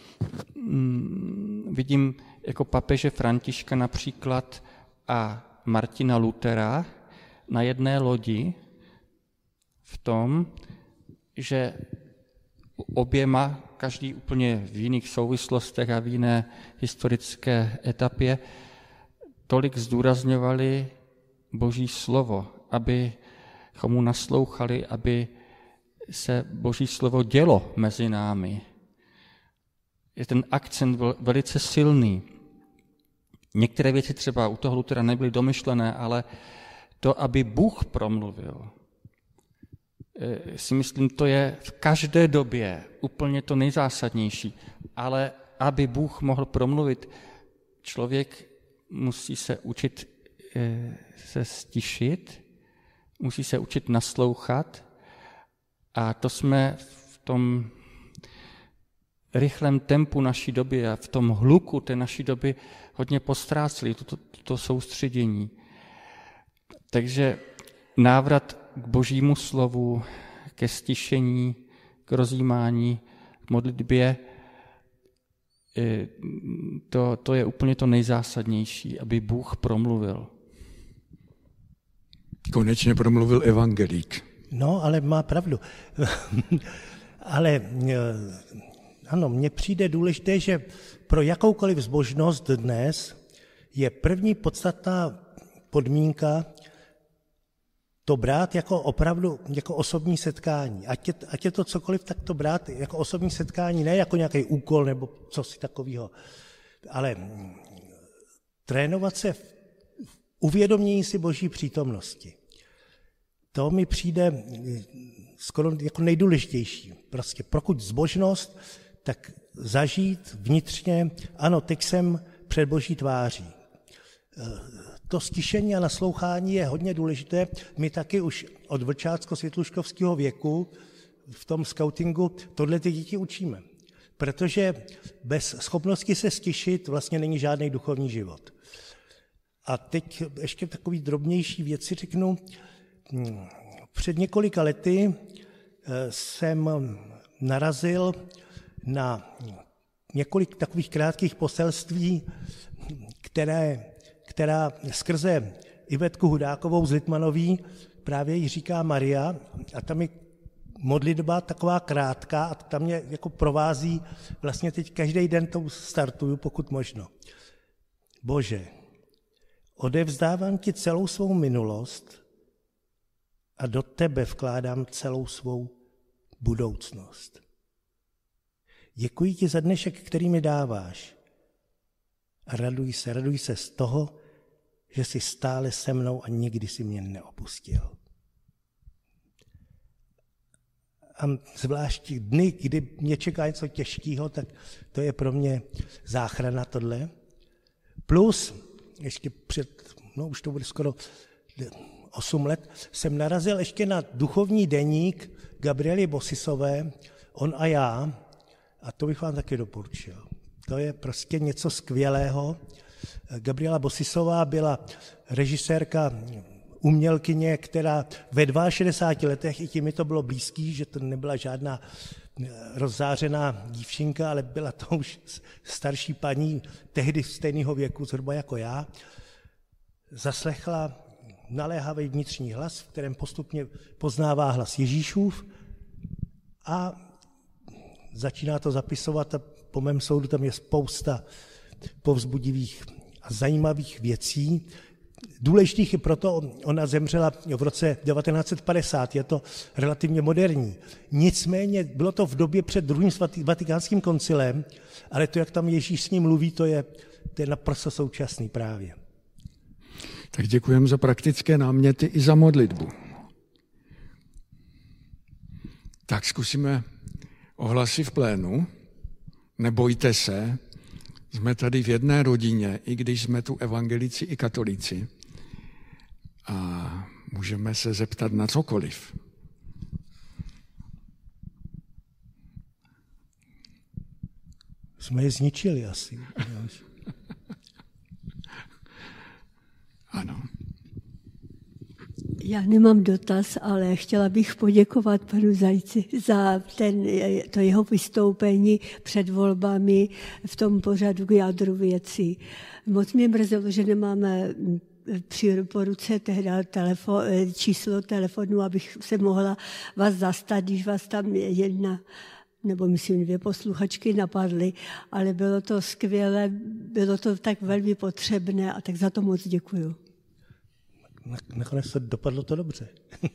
vidím jako papeže Františka například a Martina Luthera na jedné lodi v tom, že oběma, každý úplně v jiných souvislostech a v jiné historické etapě, tolik zdůrazňovali Boží slovo, abychom mu naslouchali, aby se Boží slovo dělo mezi námi. Ten akcent byl velice silný. Některé věci třeba u toho Luthera nebyly domyšlené, ale to, aby Bůh promluvil, si myslím, to je v každé době úplně to nejzásadnější. Ale aby Bůh mohl promluvit, člověk musí se učit se stišit, musí se učit naslouchat a to jsme v tom rychlém tempu naší doby a v tom hluku té naší doby hodně postráceli, toto soustředění. Takže návrat k Božímu slovu, ke stišení, k rozjímání, k modlitbě, to je úplně to nejzásadnější, aby Bůh promluvil. Konečně promluvil evangelík. No, ale má pravdu. Ale ano, mně přijde důležité, že pro jakoukoliv zbožnost dnes je první podstatná podmínka to brát jako opravdu jako osobní setkání. Ať je to cokoliv, tak to brát jako osobní setkání, ne jako nějaký úkol nebo cosi takového, ale trénovat se v uvědomění si Boží přítomnosti. To mi přijde skoro jako nejdůležitější. Prostě pokud zbožnost, tak zažít vnitřně, ano, teď jsem před Boží tváří. To stišení a naslouchání je hodně důležité. My taky už od vlčácko-světluškovského věku v tom skautingu tohle ty děti učíme. Protože bez schopnosti se stišit vlastně není žádný duchovní život. A teď ještě takový drobnější věci řeknu. Před několika lety jsem narazil na několik takových krátkých poselství, která skrze Ivetku Hudákovou z Litmanový právě jí říká Maria a tam je modlitba taková krátká a tam mě jako provází vlastně teď každý den tou startuju, pokud možno. Bože, odevzdávám ti celou svou minulost a do tebe vkládám celou svou budoucnost. Děkuji ti za dnešek, který mi dáváš. A raduj se z toho, že jsi stále se mnou a nikdy si mě neopustil. A zvlášť dny, kdy mě čeká něco těžkého, tak to je pro mě záchrana tohle. Plus, ještě už to bude skoro 8 let, jsem narazil ještě na duchovní deník Gabriely Bosisové, On a já, a to bych vám taky doporučil. To je prostě něco skvělého Gabriela Bosisová byla režisérka, umělkyně, která ve 62 letech, i tím mi to bylo blízký, že to nebyla žádná rozzářená dívčinka, ale byla to už starší paní, tehdy stejného věku zhruba jako já, zaslechla naléhavý vnitřní hlas, v kterém postupně poznává hlas Ježíšův a začíná to zapisovat a po mém soudu tam je spousta povzbudivých a zajímavých věcí. Důležitých i proto, ona zemřela v roce 1950, je to relativně moderní. Nicméně bylo to v době před druhým vatikánským koncilem, ale to, jak tam Ježíš s ním mluví, to je naprosto současný právě. Tak děkujeme za praktické náměty i za modlitbu. Tak zkusíme ohlasy v plénu. Nebojte se, jsme tady v jedné rodině, i když jsme tu evangelici i katolíci. A můžeme se zeptat na cokoliv. Jsme je zničili asi. Ano. Já nemám dotaz, ale chtěla bych poděkovat panu Zajci za to jeho vystoupení před volbami v tom pořadu k jádru věcí. Moc mě mrzelo, že nemáme při ruce tehdy číslo telefonu, abych se mohla vás zastat, když vás tam jedna nebo myslím 2 posluchačky napadly, ale bylo to skvělé, bylo to tak velmi potřebné a tak za to moc děkuju. Nakonec to dopadlo to dobře.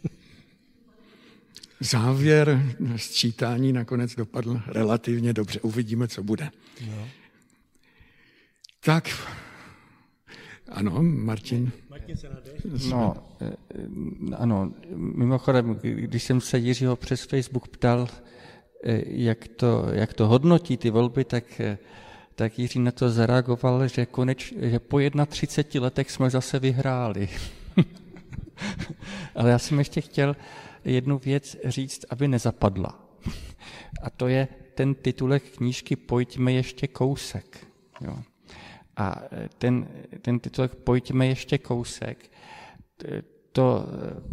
Závěr sčítání nakonec dopadl relativně dobře. Uvidíme, co bude. No. Tak, ano, Martin. Martin se nadech. No, ano, mimochodem, když jsem se Jiřího přes Facebook ptal, jak to hodnotí ty volby, tak Jiří na to zareagoval, že po 31 letech jsme zase vyhráli. Ale já jsem ještě chtěl jednu věc říct, aby nezapadla. A to je ten titulek knížky Pojďme ještě kousek. Jo. A ten titulek Pojďme ještě kousek, to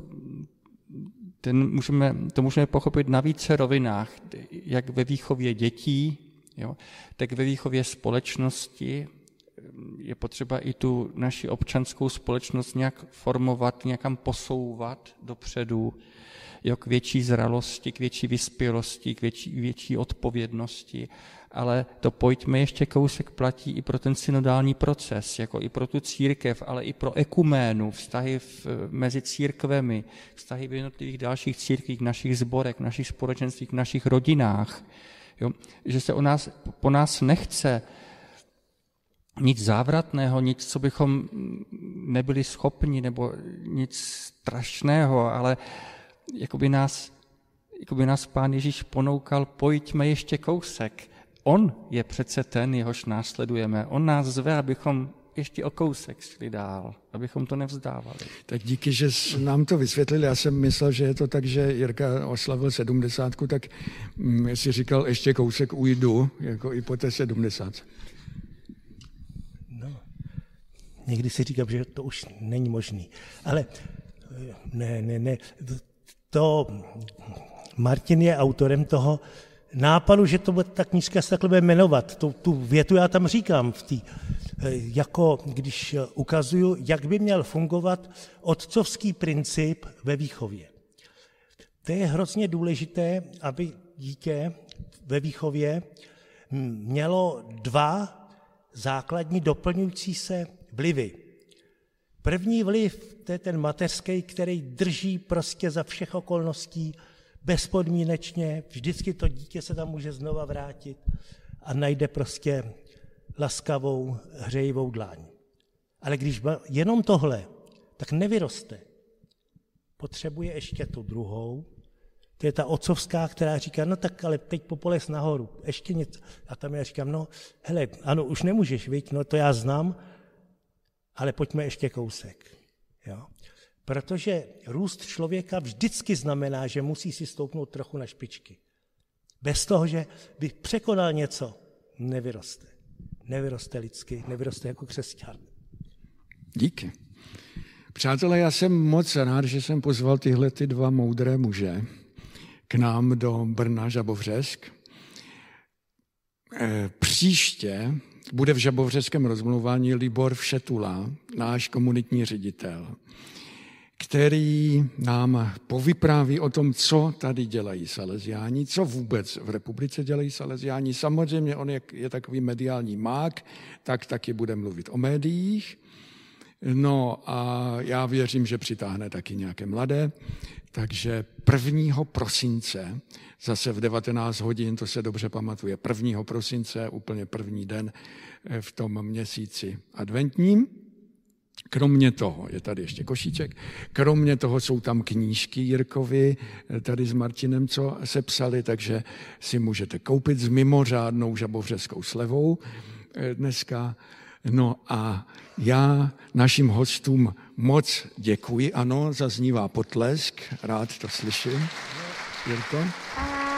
můžeme pochopit na více rovinách, jak ve výchově dětí, jo, tak ve výchově společnosti. Je potřeba i tu naši občanskou společnost nějak formovat, nějakam posouvat dopředu, jo, k větší zralosti, k větší vyspělosti, k větší odpovědnosti. Ale to Pojďme ještě kousek platí i pro ten synodální proces, jako i pro tu církev, ale i pro ekuménu, vztahy mezi církvemi, vztahy v jednotlivých dalších církvích, našich sborech, našich společenstvích, našich rodinách. Jo? Že se po nás nechce nic závratného, nic, co bychom nebyli schopni, nebo nic strašného, ale jakoby nás Pán Ježíš ponoukal, pojďme ještě kousek. On je přece ten, jehož následujeme. On nás zve, abychom ještě o kousek šli dál, abychom to nevzdávali. Tak díky, že jsi nám to vysvětlil. Já jsem myslel, že je to tak, že Jirka oslavil 70, tak si říkal, ještě kousek ujdu, jako i po té 70. No, někdy si říkám, že to už není možný. Ale ne. To Martin je autorem toho nápadu, že to bude ta knížka se takhle bude jmenovat. Tu větu já tam říkám, jako když ukazuju, jak by měl fungovat otcovský princip ve výchově. To je hrozně důležité, aby dítě ve výchově mělo 2 základní doplňující se vlivy. První vliv, to je ten mateřský, který drží prostě za všech okolností bezpodmínečně, vždycky to dítě se tam může znova vrátit a najde prostě laskavou, hřejivou dláň. Ale když jenom tohle, tak nevyroste. Potřebuje ještě tu druhou, to je ta otcovská, která říká, no tak ale teď popolez nahoru, ještě něco. A tam já říkám, no hele, ano, už nemůžeš, viď, no to já znám, ale pojďme ještě kousek. Jo? Protože růst člověka vždycky znamená, že musí si stoupnout trochu na špičky. Bez toho, že by překonal něco, nevyroste. nevyroste lidsky, nevyroste jako křesťan. Díky. Přátelé, já jsem moc rád, že jsem pozval tyhle ty dva moudré muže k nám do Brna Žabovřesk. Příště bude v Žabovřeském rozmluvání Libor Všetula, náš komunitní ředitel, který nám povypráví o tom, co tady dělají Salesiáni, co vůbec v republice dělají Salesiáni. Samozřejmě on je takový mediální mák, tak taky bude mluvit o médiích. No a já věřím, že přitáhne taky nějaké mladé. Takže 1. prosince, zase v 19 hodin, to se dobře pamatuje, 1. prosince, úplně první den v tom měsíci adventním. Kromě toho, je tady ještě košíček, kromě toho jsou tam knížky Jirkovi, tady s Martinem, co sepsali, takže si můžete koupit s mimořádnou žabovřeskou slevou dneska. No a já našim hostům moc děkuji. Ano, zaznívá potlesk, rád to slyším. Jirko?